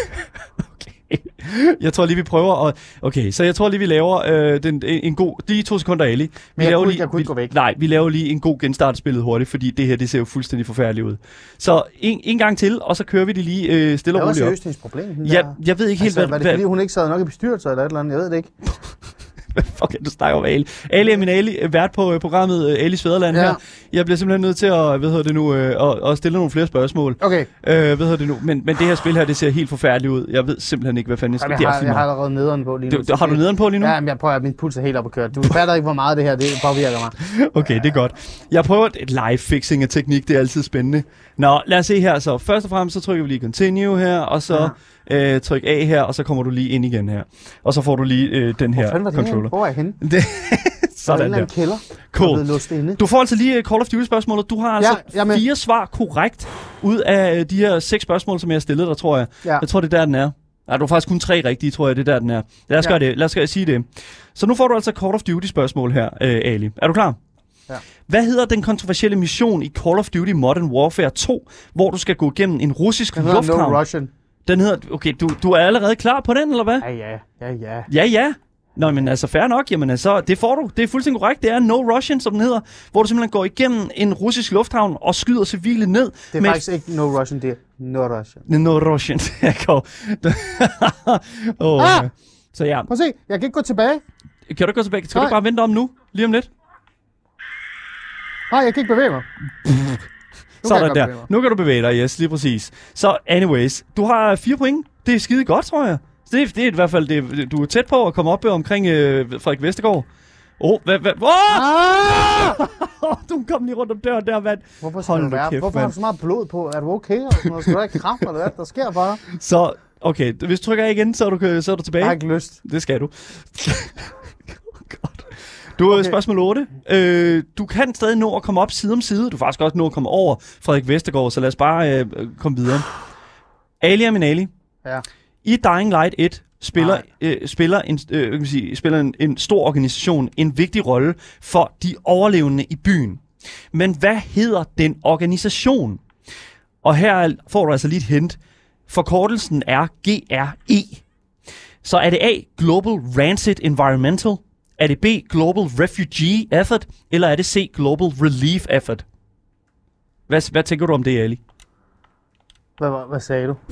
A: jeg tror lige, vi prøver at... Okay, så jeg tror lige, vi laver øh, den, en, en god... Lige to sekunder, Ali. Vi
B: Men jeg
A: laver
B: kunne,
A: lige,
B: jeg kunne ikke
A: vi,
B: gå væk.
A: Nej, vi laver lige en god genstart af spillet hurtigt, fordi det her, det ser jo fuldstændig forfærdeligt ud. Så en, en gang til, og så kører vi det lige øh, stille
B: Hvad
A: og
B: var
A: roligt op.
B: seriøst hendes problem? hende
A: Ja,
B: der?
A: jeg ved ikke helt,
B: altså,
A: hvad...
B: var det
A: hvad
B: fordi, hun ikke sad nok i bestyrelser eller et eller andet? Jeg ved det ikke.
A: Hvad fuck er du snakker om, Ali? Ali er min Ali, vært på øh, programmet øh, Alis Fædreland
B: Ja.
A: her. Jeg bliver simpelthen nødt til at, hvad hedder det nu, øh, at, at stille nogle flere spørgsmål.
B: Okay.
A: Øh, hvad hedder det nu? Men, men det her spil her, det ser helt forfærdeligt ud. Jeg ved simpelthen ikke, hvad fanden jeg skal.
B: Jamen,
A: Det
B: jeg,
A: er
B: har,
A: også lige
B: jeg har
A: meget.
B: allerede nederen på lige nu.
A: Det- Har du nederen på lige nu?
B: Ja, men jeg prøver, at min puls er helt op at køre. Du fatter ikke, hvor meget det her det påvirker mig.
A: Okay, det er godt. Jeg prøver et live fixing af teknik, det er altid spændende. Nå, lad os se her så. Først og fremmest så trykker vi lige continue her, og så øh, tryk A her, og så kommer du lige ind igen her. Og så får du lige øh, den
B: Hvor
A: her
B: fanden var det
A: controller.
B: henne? Hvor er jeg henne?
A: Det,
B: Der er en
A: sådan
B: eller
A: der.
B: anden kælder.
A: Cool.
B: Der er blevet låst inde.
A: Du får altså lige Call of Duty-spørgsmålet. Du har altså
B: jeg er med.
A: fire svar korrekt ud af øh, de her seks spørgsmål, som jeg har stillet dig, tror jeg.
B: Ja.
A: Jeg tror, det er der, den er. Nej, du har faktisk kun tre rigtige, tror jeg, det er der, den er. Lad os
B: Ja.
A: gøre det. Lad os gøre- sige det. Så nu får du altså Call of Duty-spørgsmål her, øh, Ali. Er du klar?
B: Ja.
A: Hvad hedder den kontroversielle mission i Call of Duty Modern Warfare to, hvor du skal gå igennem en russisk
B: Den hedder
A: lufthavn?
B: No Russian.
A: Den hedder... Okay, du, du er allerede klar på den, eller hvad?
B: Ja, ja, ja, ja.
A: Ja, ja. Nå, men altså, fair nok. Jamen altså, det får du. Det er fuldstændig korrekt. Det er No Russian, som den hedder, hvor du simpelthen går igennem en russisk lufthavn og skyder civile ned.
B: Det er
A: med
B: faktisk ikke No Russian, det er No Russian.
A: No Russian. Jeg går... oh,
B: Ah!
A: Så ja,
B: Prøv at se, jeg kan ikke gå tilbage.
A: kan du ikke gå tilbage? Skal
B: Nej.
A: du ikke bare vente om nu? Lige om lidt?
B: Nej, jeg kan ikke bevæge mig. Nu kan jeg
A: Sådan
B: godt
A: der.
B: bevæge mig.
A: Nu kan du bevæge dig, yes, lige præcis. Så anyways, du har fire point. Det er skide godt, tror jeg. Så det, det er i hvert fald, det, du er tæt på at komme op omkring øh, Frederik Vestergaard. Åh, oh, hvad, hvad, oh!
B: Ah!
A: Du kom lige rundt om døren der, mand.
B: Hvorfor, skal
A: Hold
B: du
A: nu
B: være?
A: kæft,
B: Hvorfor har
A: mand.
B: du så meget blod på? Er du okay? Og sådan noget? Skal du have kramp eller hvad? Der sker bare.
A: Så, okay, hvis du trykker af igen, så er du, så er du tilbage.
B: Jeg har ikke lyst.
A: Det skal du. Godt. Du er okay.
B: Okay.
A: Spørgsmål otte. Øh, du kan stadig nå at komme op side om side. Du kan faktisk også nå at komme over Frederik Vestergaard, så lad os bare øh, komme videre. Ali er min Ali.
B: Ja.
A: I Dying Light et spiller, øh, spiller, en, øh, kan man sige, spiller en, en stor organisation en vigtig rolle for de overlevende i byen. Men hvad hedder den organisation? Og her får du altså lige et hint. Forkortelsen er G R E. Så er det A, Global Rancid Environmental? Er det B, Global Refugee Effort? Eller er det C, Global Relief Effort? Hvad, hvad tænker du om det, Ali?
B: Hvad, hvad, hvad sagde du?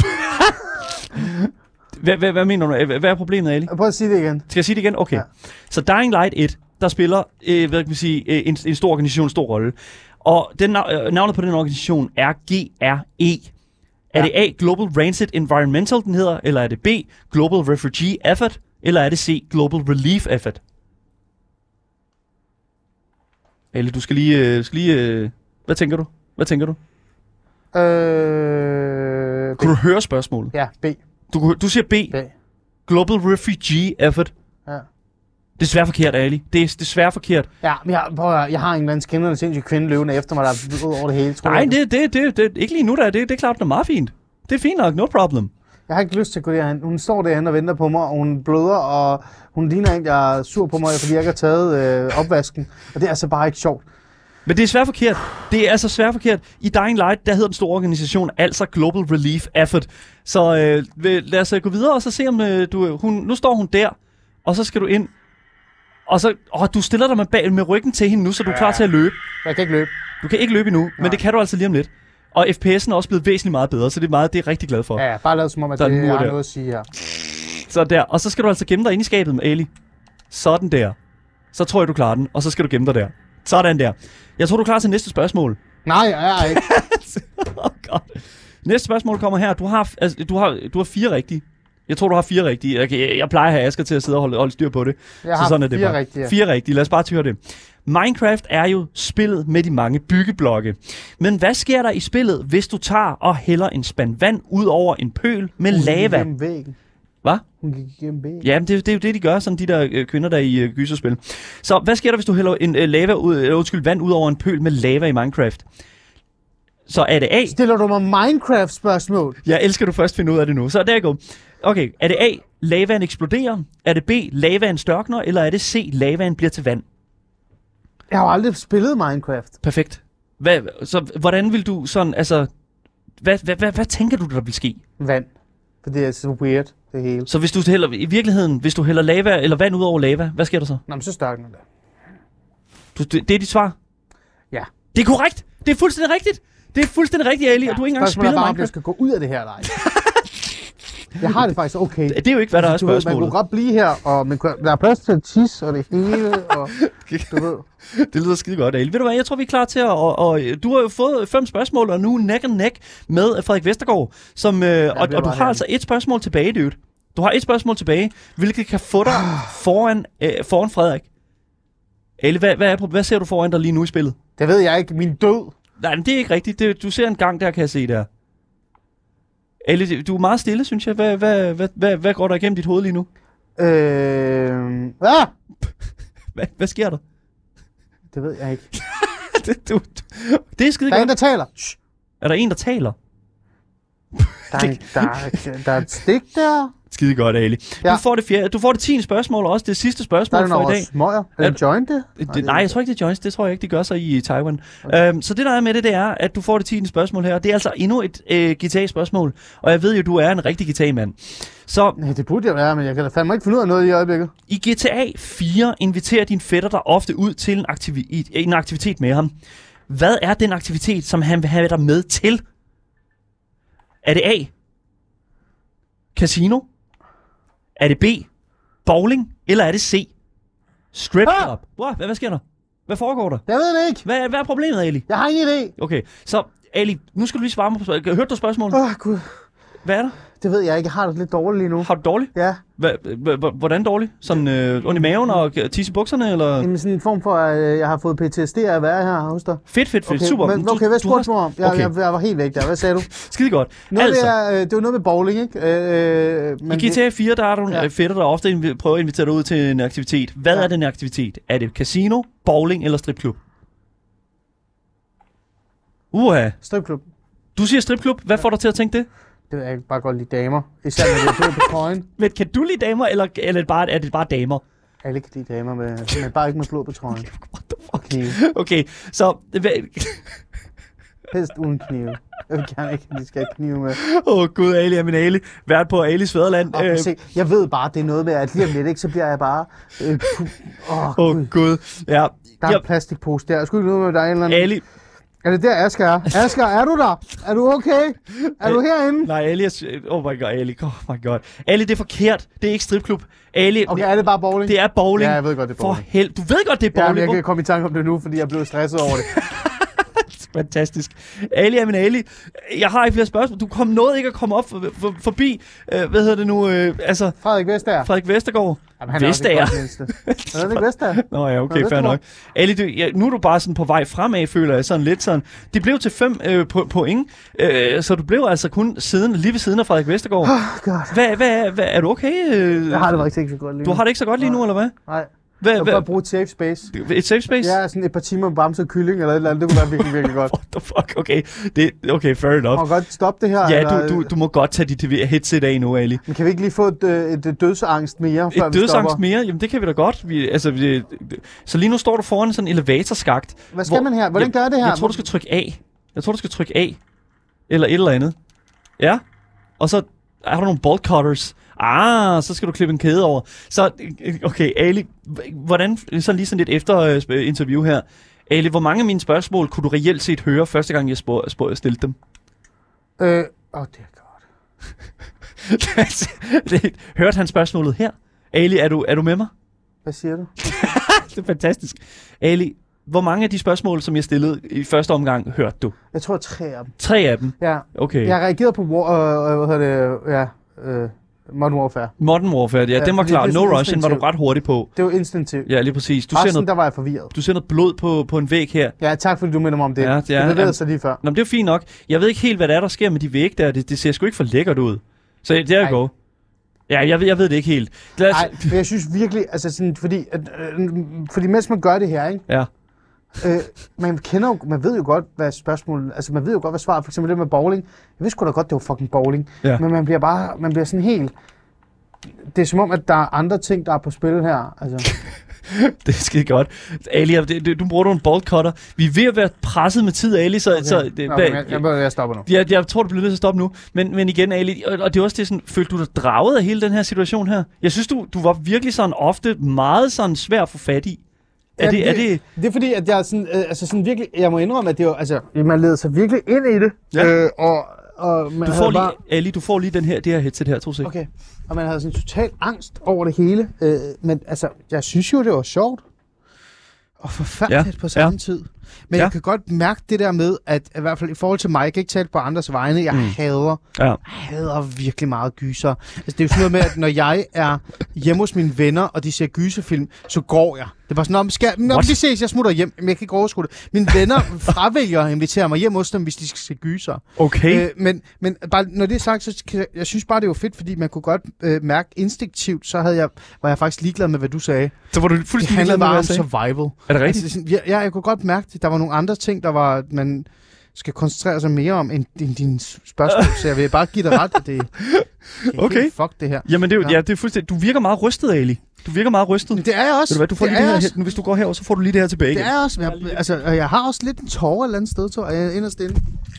A: Hvad, hvad, hvad mener du? Hvad hvad er problemet, Ali?
B: Prøv at sige det igen.
A: Skal jeg sige det igen? Okay. Ja.
B: Ja.
A: Så Dying Light et, der spiller øh, hvad kan man sige, øh, en, en stor organisation en stor rolle. Og den, øh, navnet på den organisation er G R E. Er
B: Ja.
A: det A, Global Rancid Environmental, den hedder? Eller er det B, Global Refugee Effort? Eller er det C, Global Relief Effort? Ali, du skal lige... Øh, skal lige øh, hvad tænker du? Hvad Hvad tænker du?
B: Øh...
A: Kunne du høre spørgsmålet?
B: Ja, B.
A: Du, du siger B.
B: B.
A: Global Refugee Effort.
B: Ja.
A: Desværre forkert, Ali. Det er desværre forkert.
B: Ja, men jeg, prøv at, høre, jeg har en eller anden skændende sindssyg kvinde løbende efter mig, der er ud over det hele. Tror
A: Nej,
B: jeg.
A: det, det, det, det, ikke lige nu, der. Det, det er klart, det er meget fint. Det er fint nok, no problem.
B: Jeg har ikke lyst til at gå derhen. Hun står derhen og venter på mig, og hun bløder, og hun ligner en, jeg er sur på mig, fordi jeg ikke har taget øh, opvasken. Og det er altså bare ikke sjovt.
A: Men det er svært forkert. Det er altså svært forkert. I Dying Light, der hedder den store organisation, altså Global Relief Effort. Så øh, lad os gå videre, og så se om øh, du... Hun, nu står hun der, og så skal du ind. Og så... Åh, du stiller dig med, bag, med ryggen til hende nu, så du er klar til at løbe.
B: Jeg kan ikke løbe.
A: Du kan ikke løbe endnu, Nej. men det kan du altså lige om lidt. Og F P S'en er også blevet væsentligt meget bedre, så det er, meget, det er jeg rigtig glad for.
B: Ja, bare lad som om, at det er noget at sige her.
A: Så der. Og så skal du altså gemme dig inde i skabet med Ali. Sådan der. Så tror jeg, du klarer den, og så skal du gemme dig der. Sådan der. Jeg tror, du er klar til næste spørgsmål.
B: Nej, jeg er ikke.
A: oh God. Næste spørgsmål kommer her. Du har, altså, du har, du har fire rigtige. Jeg tror, du har fire rigtige. Jeg, jeg, jeg plejer at have Asger til at sidde og holde, holde styr på det.
B: Jeg
A: så
B: har
A: sådan er det
B: fire
A: bare.
B: rigtige.
A: Fire rigtige. Lad os bare tyre det. Minecraft er jo spillet med de mange byggeblokke. Men hvad sker der i spillet, hvis du tager og hælder en spand vand ud over en pøl med
B: Hun
A: lava?
B: Hun gik væggen.
A: Hvad?
B: Hun gik igennem væggen.
A: Ja, det, det er jo det, de gør, sådan de der øh, kvinder, der er i øh, gyserspil. Så hvad sker der, hvis du hælder en øh, lava ud, øh, undskyld, vand ud over en pøl med lava i Minecraft? Så er det A.
B: Stiller du mig Minecraft-spørgsmål?
A: Jeg elsker, du først finder ud af det nu. Så der går. Okay, er det A. Lavaen eksploderer? Er det B. Lavaen størkner? Eller er det C. Lavaen bliver til vand?
B: Jeg har jo aldrig spillet Minecraft.
A: Perfekt. Hvad, så hvordan vil du sådan, altså... Hvad, hvad, hvad, hvad tænker du, der vil ske?
B: Vand. For det er så weird, det hele.
A: Så hvis du hælder, i virkeligheden, hvis du hælder lava eller vand ud over lava, hvad sker der så?
B: Nå, men så størkner det.
A: Du, det, det er dit svar?
B: Ja.
A: Det er korrekt! Det er fuldstændig rigtigt! Det er fuldstændig rigtigt, Ali, ja, og du har ikke engang spillet
B: Minecraft.
A: Minecraft.
B: Jeg skal gå ud af det her, nej. Jeg har det faktisk okay.
A: Det er jo ikke, hvad der er spørgsmålet.
B: Man kunne godt blive her, og man kunne, der er plads til at tisse og det hele, og du ved.
A: Det lyder skide godt, Ali. Ved du hvad, jeg tror, vi er klar til at... Og, og, du har jo fået fem spørgsmål, og nu neck and neck med Frederik Vestergaard. Som, øh, ja, og, og du har altså et spørgsmål tilbage, dude. Du har et spørgsmål tilbage, hvilket kan få dig foran, øh, foran Frederik. Ali, hvad, hvad, er, hvad ser du foran dig lige nu i spillet?
B: Det ved jeg ikke. Min død.
A: Nej, men det er ikke rigtigt. Det, du ser en gang der, kan jeg se der. Ali, du er meget stille, synes jeg. Hvad, hvad, hvad, hvad, hvad går der igennem dit hoved lige nu?
B: Øh... Ah!
A: Hvad, hvad sker der?
B: Det ved jeg ikke.
A: det, du, det er skide
B: Der er
A: godt.
B: en, der taler. Shh.
A: Er der en, der taler?
B: Der er, der, er, der er et stik der.
A: Skide godt, Ali.
B: Ja.
A: Du får det fjerde, du får det tiende spørgsmål, og også det sidste spørgsmål
B: der er
A: for i dag.
B: Smøger. Er det joint det?
A: det, det nej, jeg tror ikke, det er joints. Det tror jeg ikke, de gør sig i Taiwan. Okay. Øhm, så det, der er med det, det er, at du får det tiende spørgsmål her. Det er altså endnu et øh, G T A-spørgsmål. Og jeg ved jo, du er en rigtig G T A-mand. Så
B: Nej, det burde jeg være, men jeg kan da fandme ikke finde ud af noget i øjeblikket.
A: i G T A fire inviterer din fætter dig ofte ud til en, aktivi- en aktivitet med ham. Hvad er den aktivitet, som han vil have dig med til? Er det A. Casino? Er det B. Bowling? Eller er det C. Strip
B: Ah!
A: club? Wow, hvad, hvad sker der? Hvad foregår der?
B: Jeg ved det ikke.
A: Hvad, hvad er problemet, Ali?
B: Jeg har ingen idé.
A: Okay, så Ali, nu skal du lige svare mig på spørgsmålet. Hørte du spørgsmålet?
B: Åh, oh, gud.
A: Hvad er der?
B: Det ved jeg ikke. Jeg har det lidt dårligt lige nu.
A: Har du dårligt?
B: Ja.
A: Hva, hva, hvordan dårligt? Sådan øh, ondt i maven og tisse i bukserne, eller?
B: Jamen sådan en form for, at jeg har fået P T S D af at være her hos dig.
A: Fedt, fedt, fedt.
B: Okay,
A: Super.
B: Men, okay, hvad spurgte du om? Jeg,
A: okay.
B: jeg, jeg var helt væk der. Hvad sagde du?
A: Skide godt.
B: Noget
A: altså,
B: det, er, øh, det var noget med bowling, ikke? Øh, men
A: i G T A fire, der er der
B: ja.
A: ja. fætter, der ofte inv- prøver at invitere dig ud til en aktivitet. Hvad ja. er den aktivitet? Er det casino, bowling eller stripklub? Uha.
B: Stripklub.
A: Du siger stripklub. Hvad får dig til at tænke det?
B: Det ved jeg ikke. Bare godt lide damer. Især når det er på trøjen.
A: Men kan du lide damer, eller, eller er, det bare, er det bare damer?
B: Alle kan lide damer, med, men bare ikke med blod på trøjen.
A: What the fuck?
B: Knive.
A: Okay, så...
B: Helst uden knive. Jeg vil gerne ikke, at de skal have knive med.
A: Åh oh, gud, Ali er min Ali. Vært på Alis fædreland.
B: Og, øh, se, jeg ved bare, det er noget med, at lige om lidt, ikke, så bliver jeg bare... Åh, øh, oh,
A: Åh oh, gud. Ja.
B: Der er
A: ja.
B: en plastikpose der. Jeg skulle ikke noget med dig en eller anden...
A: Ali.
B: Er det der, Asger er? Asger, er du der? Er du okay? Er du herinde?
A: Nej, Ali er... Oh my god, Ali. Oh my god. Ali, det er forkert. Det er ikke stripklub. Ali...
B: Okay, er det bare bowling?
A: Det er bowling.
B: Ja, jeg ved godt, det er bowling.
A: For held. Du ved godt, det er bowling.
B: Ja, men jeg kan komme i tanke om det nu, fordi jeg blev stresset over det.
A: Fantastisk. Ali Amin Ali, jeg har ikke flere spørgsmål. Du kom noget ikke at komme op for, for, forbi, øh, hvad hedder det nu, øh, altså...
B: Frederik Vestager.
A: Frederik Vestergaard.
B: Jamen, han er
A: Vestager.
B: også det er ikke Vestager.
A: Nå ja, okay, fair nok. Ali, du, ja, nu er du bare sådan på vej fremad, føler jeg sådan lidt sådan. De blev til fem øh, po- point, øh, så du blev altså kun siden, lige ved siden af Frederik Vestergaard.
B: Oh, God.
A: Hvad, hvad, hvad, er du okay? Øh,
B: Jeg har det faktisk ikke så godt lige nu.
A: Du har det ikke så godt lige nu, eller hvad?
B: Nej.
A: Hvad,
B: Jeg vil
A: hvad?
B: bare bruge et safe space.
A: Et safe space?
B: Ja, sådan et par timer med bamse og kylling eller et eller andet. Det kunne være virkelig, virkelig godt.
A: What the fuck? Okay, det, okay, fair enough.
B: Må godt stoppe det her?
A: Ja,
B: eller?
A: du, du, du må godt tage dit headset af nu, Ali.
B: Men kan vi ikke lige få et, et, et dødsangst mere, før
A: Et
B: vi
A: dødsangst
B: stopper?
A: mere? Jamen, det kan vi da godt. Vi, altså, vi, så lige nu står du foran sådan en elevatorskagt.
B: Hvad skal man her? Hvordan gør det her?
A: Jeg tror, du skal trykke A. Jeg tror, du skal trykke A. Eller et eller andet. Ja. Og så er der nogle bolt cutters. Ah, så skal du klippe en kæde over. Så, okay, Ali, hvordan, så lige sådan lidt efter uh, interview her. Ali, hvor mange af mine spørgsmål kunne du reelt set høre, første gang jeg spor, spor, stillede dem?
B: Øh, åh, oh, det er godt.
A: Hørte han spørgsmålet her? Ali, er du, er du med mig?
B: Hvad siger du?
A: Det er fantastisk. Ali, hvor mange af de spørgsmål, som jeg stillede i første omgang, hørte du?
B: Jeg tror tre af dem.
A: Tre af dem?
B: Ja.
A: Okay.
B: Jeg reagerede på war, øh, hvad hedder det, ja, øh, Modern Warfare.
A: Modern Warfare, ja,
B: Ja,
A: den var
B: fordi
A: klar.
B: det er
A: No
B: sådan
A: Rush, den var du ret hurtig på.
B: Det var instinktivt.
A: Ja, lige præcis. Du ser
B: Resten,
A: noget,
B: der var jeg forvirret.
A: du ser noget blod på, på en væg her.
B: Ja, tak fordi du minder mig om det.
A: Ja, det er-
B: det bevægede
A: jamen-
B: sig lige før.
A: Nå, men det er jo fint nok. Jeg ved ikke helt, hvad der er, der sker med de væg der. Det, det ser sgu ikke for lækkert ud. Så det er
B: Ej.
A: go. Ja, jeg ved, jeg ved det ikke helt. Lad os...
B: Nej, men jeg synes virkelig, altså sådan, fordi, at, øh, fordi mens man gør det her, ikke?
A: Ja.
B: Øh, man kender jo, man ved jo godt, hvad spørgsmålet, altså man ved jo godt, hvad svaret, for eksempel det med bowling. Jeg vidste sgu da godt, det var fucking bowling.
A: Ja.
B: Men man bliver bare, man bliver sådan helt, det er som om, at der er andre ting, der er på spil her, altså.
A: Det er skide godt. Ali, det, det, du bruger nogle bolt cutter. Vi er ved at være presset med tid, Ali, så...
B: Okay.
A: så det,
B: Nå,
A: hvad-
B: men jeg, jeg, jeg stopper nu.
A: jeg, jeg tror, du bliver nødt til at stoppe nu. Men, men igen, Ali, og, og det er også det sådan, følte du dig draget af hele den her situation her? Jeg synes, du, du var virkelig sådan ofte meget sådan svær at få fat i. Er,
B: Ja,
A: det, er det...
B: Det er fordi, at jeg er sådan, øh, altså sådan virkelig, jeg må indrømme, at det var, altså, man leder sig virkelig ind i det.
A: Ja.
B: Øh, og, og man
A: Du
B: havde
A: får lige,
B: bare,
A: Ali, du får lige den her, det her headset her, to sek.
B: okay, og man havde sådan total angst over det hele. Øh, men altså, jeg synes jo, det var sjovt. Og forfærdeligt
A: Ja,
B: på samme
A: ja.
B: tid. Men
A: Ja.
B: jeg kan godt mærke det der med, at i hvert fald i forhold til mig, jeg kan ikke tale på andres vegne, jeg
A: Mm.
B: mm. hader,
A: Ja.
B: hader virkelig meget gyser. Altså, det er jo sådan noget med, at når jeg er hjemme hos mine venner, og de ser gyserfilm, så går jeg. Det er bare sådan, om skal, når
A: What?
B: de ses, jeg smutter hjem, men jeg kan ikke overskue det. Mine venner fravælger at invitere mig hjem hos dem, hvis de skal se gyser.
A: Okay.
B: Øh, men, men bare, når det er sagt, så kan jeg, jeg synes bare, det var fedt, fordi man kunne godt øh, mærke instinktivt, så havde jeg, var jeg faktisk ligeglad med, hvad du sagde.
A: Så var du
B: Det
A: fuldstændig
B: handlede
A: ligeglad med,
B: bare
A: hvad
B: om
A: jeg sagde.
B: survival.
A: Er det rigtigt?
B: Altså, sådan, ja, ja, jeg kunne godt mærke det. Der var nogle andre ting, der var, man skal koncentrere sig mere om, end, end dine spørgsmål. Så jeg vil bare give dig ret, at det, det er
A: Okay.
B: helt fuck det her.
A: Jamen, det er, jo,
B: Ja.
A: ja, det er fuldstændig... Du virker meget rystet, Ali. Du virker meget rystet.
B: Men det er jeg også.
A: Ved du hvad, du får
B: det
A: lige
B: er
A: det
B: jeg
A: her,
B: også.
A: nu hvis du går herover, så får du lige det her tilbage
B: Det
A: igen.
B: er jeg også. Jeg, altså, og jeg har også lidt en tårer et eller andet sted, tror jeg, inderst inde.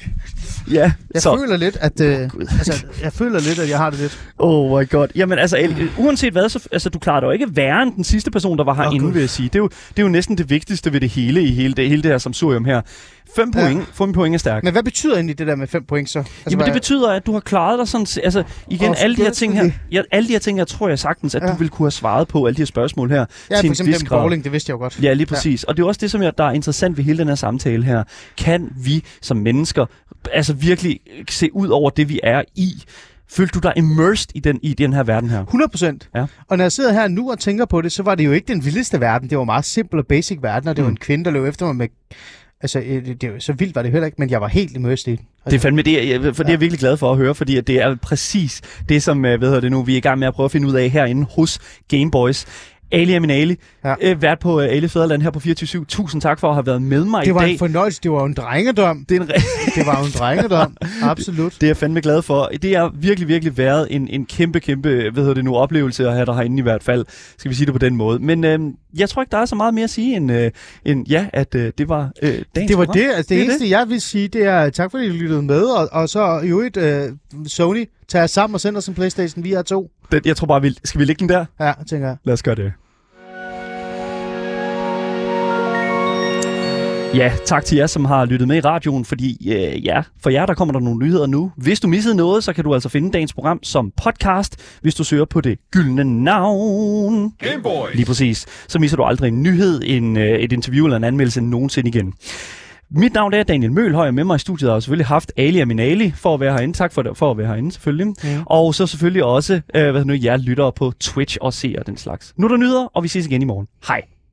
A: Ja,
B: Jeg
A: så...
B: føler lidt, at, øh, altså, jeg føler lidt, at jeg har det lidt.
A: Oh my god. Jamen altså, Ali, uanset hvad, så, altså, du klarer dig jo ikke værre end den sidste person, der var herinde,
B: Gud.
A: vil jeg sige. Det er, jo, det er jo næsten det vigtigste ved det hele i hele det, hele det her samsurium her. Fem
B: Ja.
A: point. Fem point er stærkt.
B: Men hvad betyder egentlig det der med fem point så? Altså,
A: Jamen
B: hvad-
A: det betyder, at du har klaret dig sådan... Altså igen,
B: Åh,
A: alle de her
B: det er
A: ting her...
B: det.
A: Ja, alle de her ting, jeg tror jeg sagtens, at
B: Ja.
A: du vil kunne have svaret på alle de her spørgsmål her.
B: Ja,
A: til
B: for
A: en
B: eksempel
A: vis
B: den
A: grad.
B: bowling, det vidste jeg jo godt.
A: Ja, lige præcis. Ja. Og det er også det, som jeg, der er interessant ved hele den her samtale her. Kan vi som mennesker altså virkelig se ud over det, vi er i? Følte du dig immersed i den, i den her verden her?
B: hundrede procent.
A: Ja.
B: Og når jeg sidder her nu og tænker på det, så var det jo ikke den vildeste verden. Det var meget simpel og basic verden, og det
A: Mm.
B: var en kvinde, der løb efter mig med... Altså, øh, det, det, så vildt var det heller ikke, men jeg var helt immersed i den.
A: Det er fandme det, jeg, for det er jeg virkelig glad for at høre, fordi at det er præcis det, som øh, hvad hedder det nu, vi er i gang med at prøve at finde ud af herinde hos Gameboys. Ali Amin Ali,
B: Ja.
A: øh, vært på øh, Ali Fædreland her på fireogtyve syv. Tusind tak for at have været med mig
B: Det
A: i
B: var
A: dag.
B: en fornøjelse. Det var jo en drengedom.
A: Det er en re-
B: Det var jo en drengedom. Absolut.
A: Det er jeg fandme glad for. Det har virkelig, virkelig været en, en kæmpe, kæmpe, hvad hedder det nu, oplevelse at have dig herinde i hvert fald. Skal vi sige det på den måde. Men øh, jeg tror ikke, der er så meget mere at sige, end, øh, end ja, at øh, det var øh, dagens
B: Det var
A: program.
B: det. Altså, det,
A: Det er
B: eneste, jeg vil sige, det er tak, fordi I lyttede med. Og, og så i øvrigt, øh, Sony, tager os sammen og sender os en PlayStation. Vi er to.
A: Det, jeg tror bare, vi, skal vi lægge den der?
B: Ja, tænker jeg.
A: Lad os gøre det. Ja, tak til jer, som har lyttet med i radioen, fordi øh, ja, for jer, der kommer der nogle nyheder nu. Hvis du missede noget, så kan du altså finde dagens program som podcast, hvis du søger på det gyldne navn.
D: Gameboy.
A: Lige præcis. Så misser du aldrig en nyhed, en, øh, et interview eller en anmeldelse nogensinde igen. Mit navn er Daniel Mølhøj, med mig i studiet har jeg selvfølgelig haft Ali Aminali for at være herinde. Tak for, det, for at være herinde, selvfølgelig. Mm. Og så selvfølgelig også øh, hvad nu, jer lyttere på Twitch og seere den slags. Nu er der nyheder, og vi ses igen i morgen. Hej.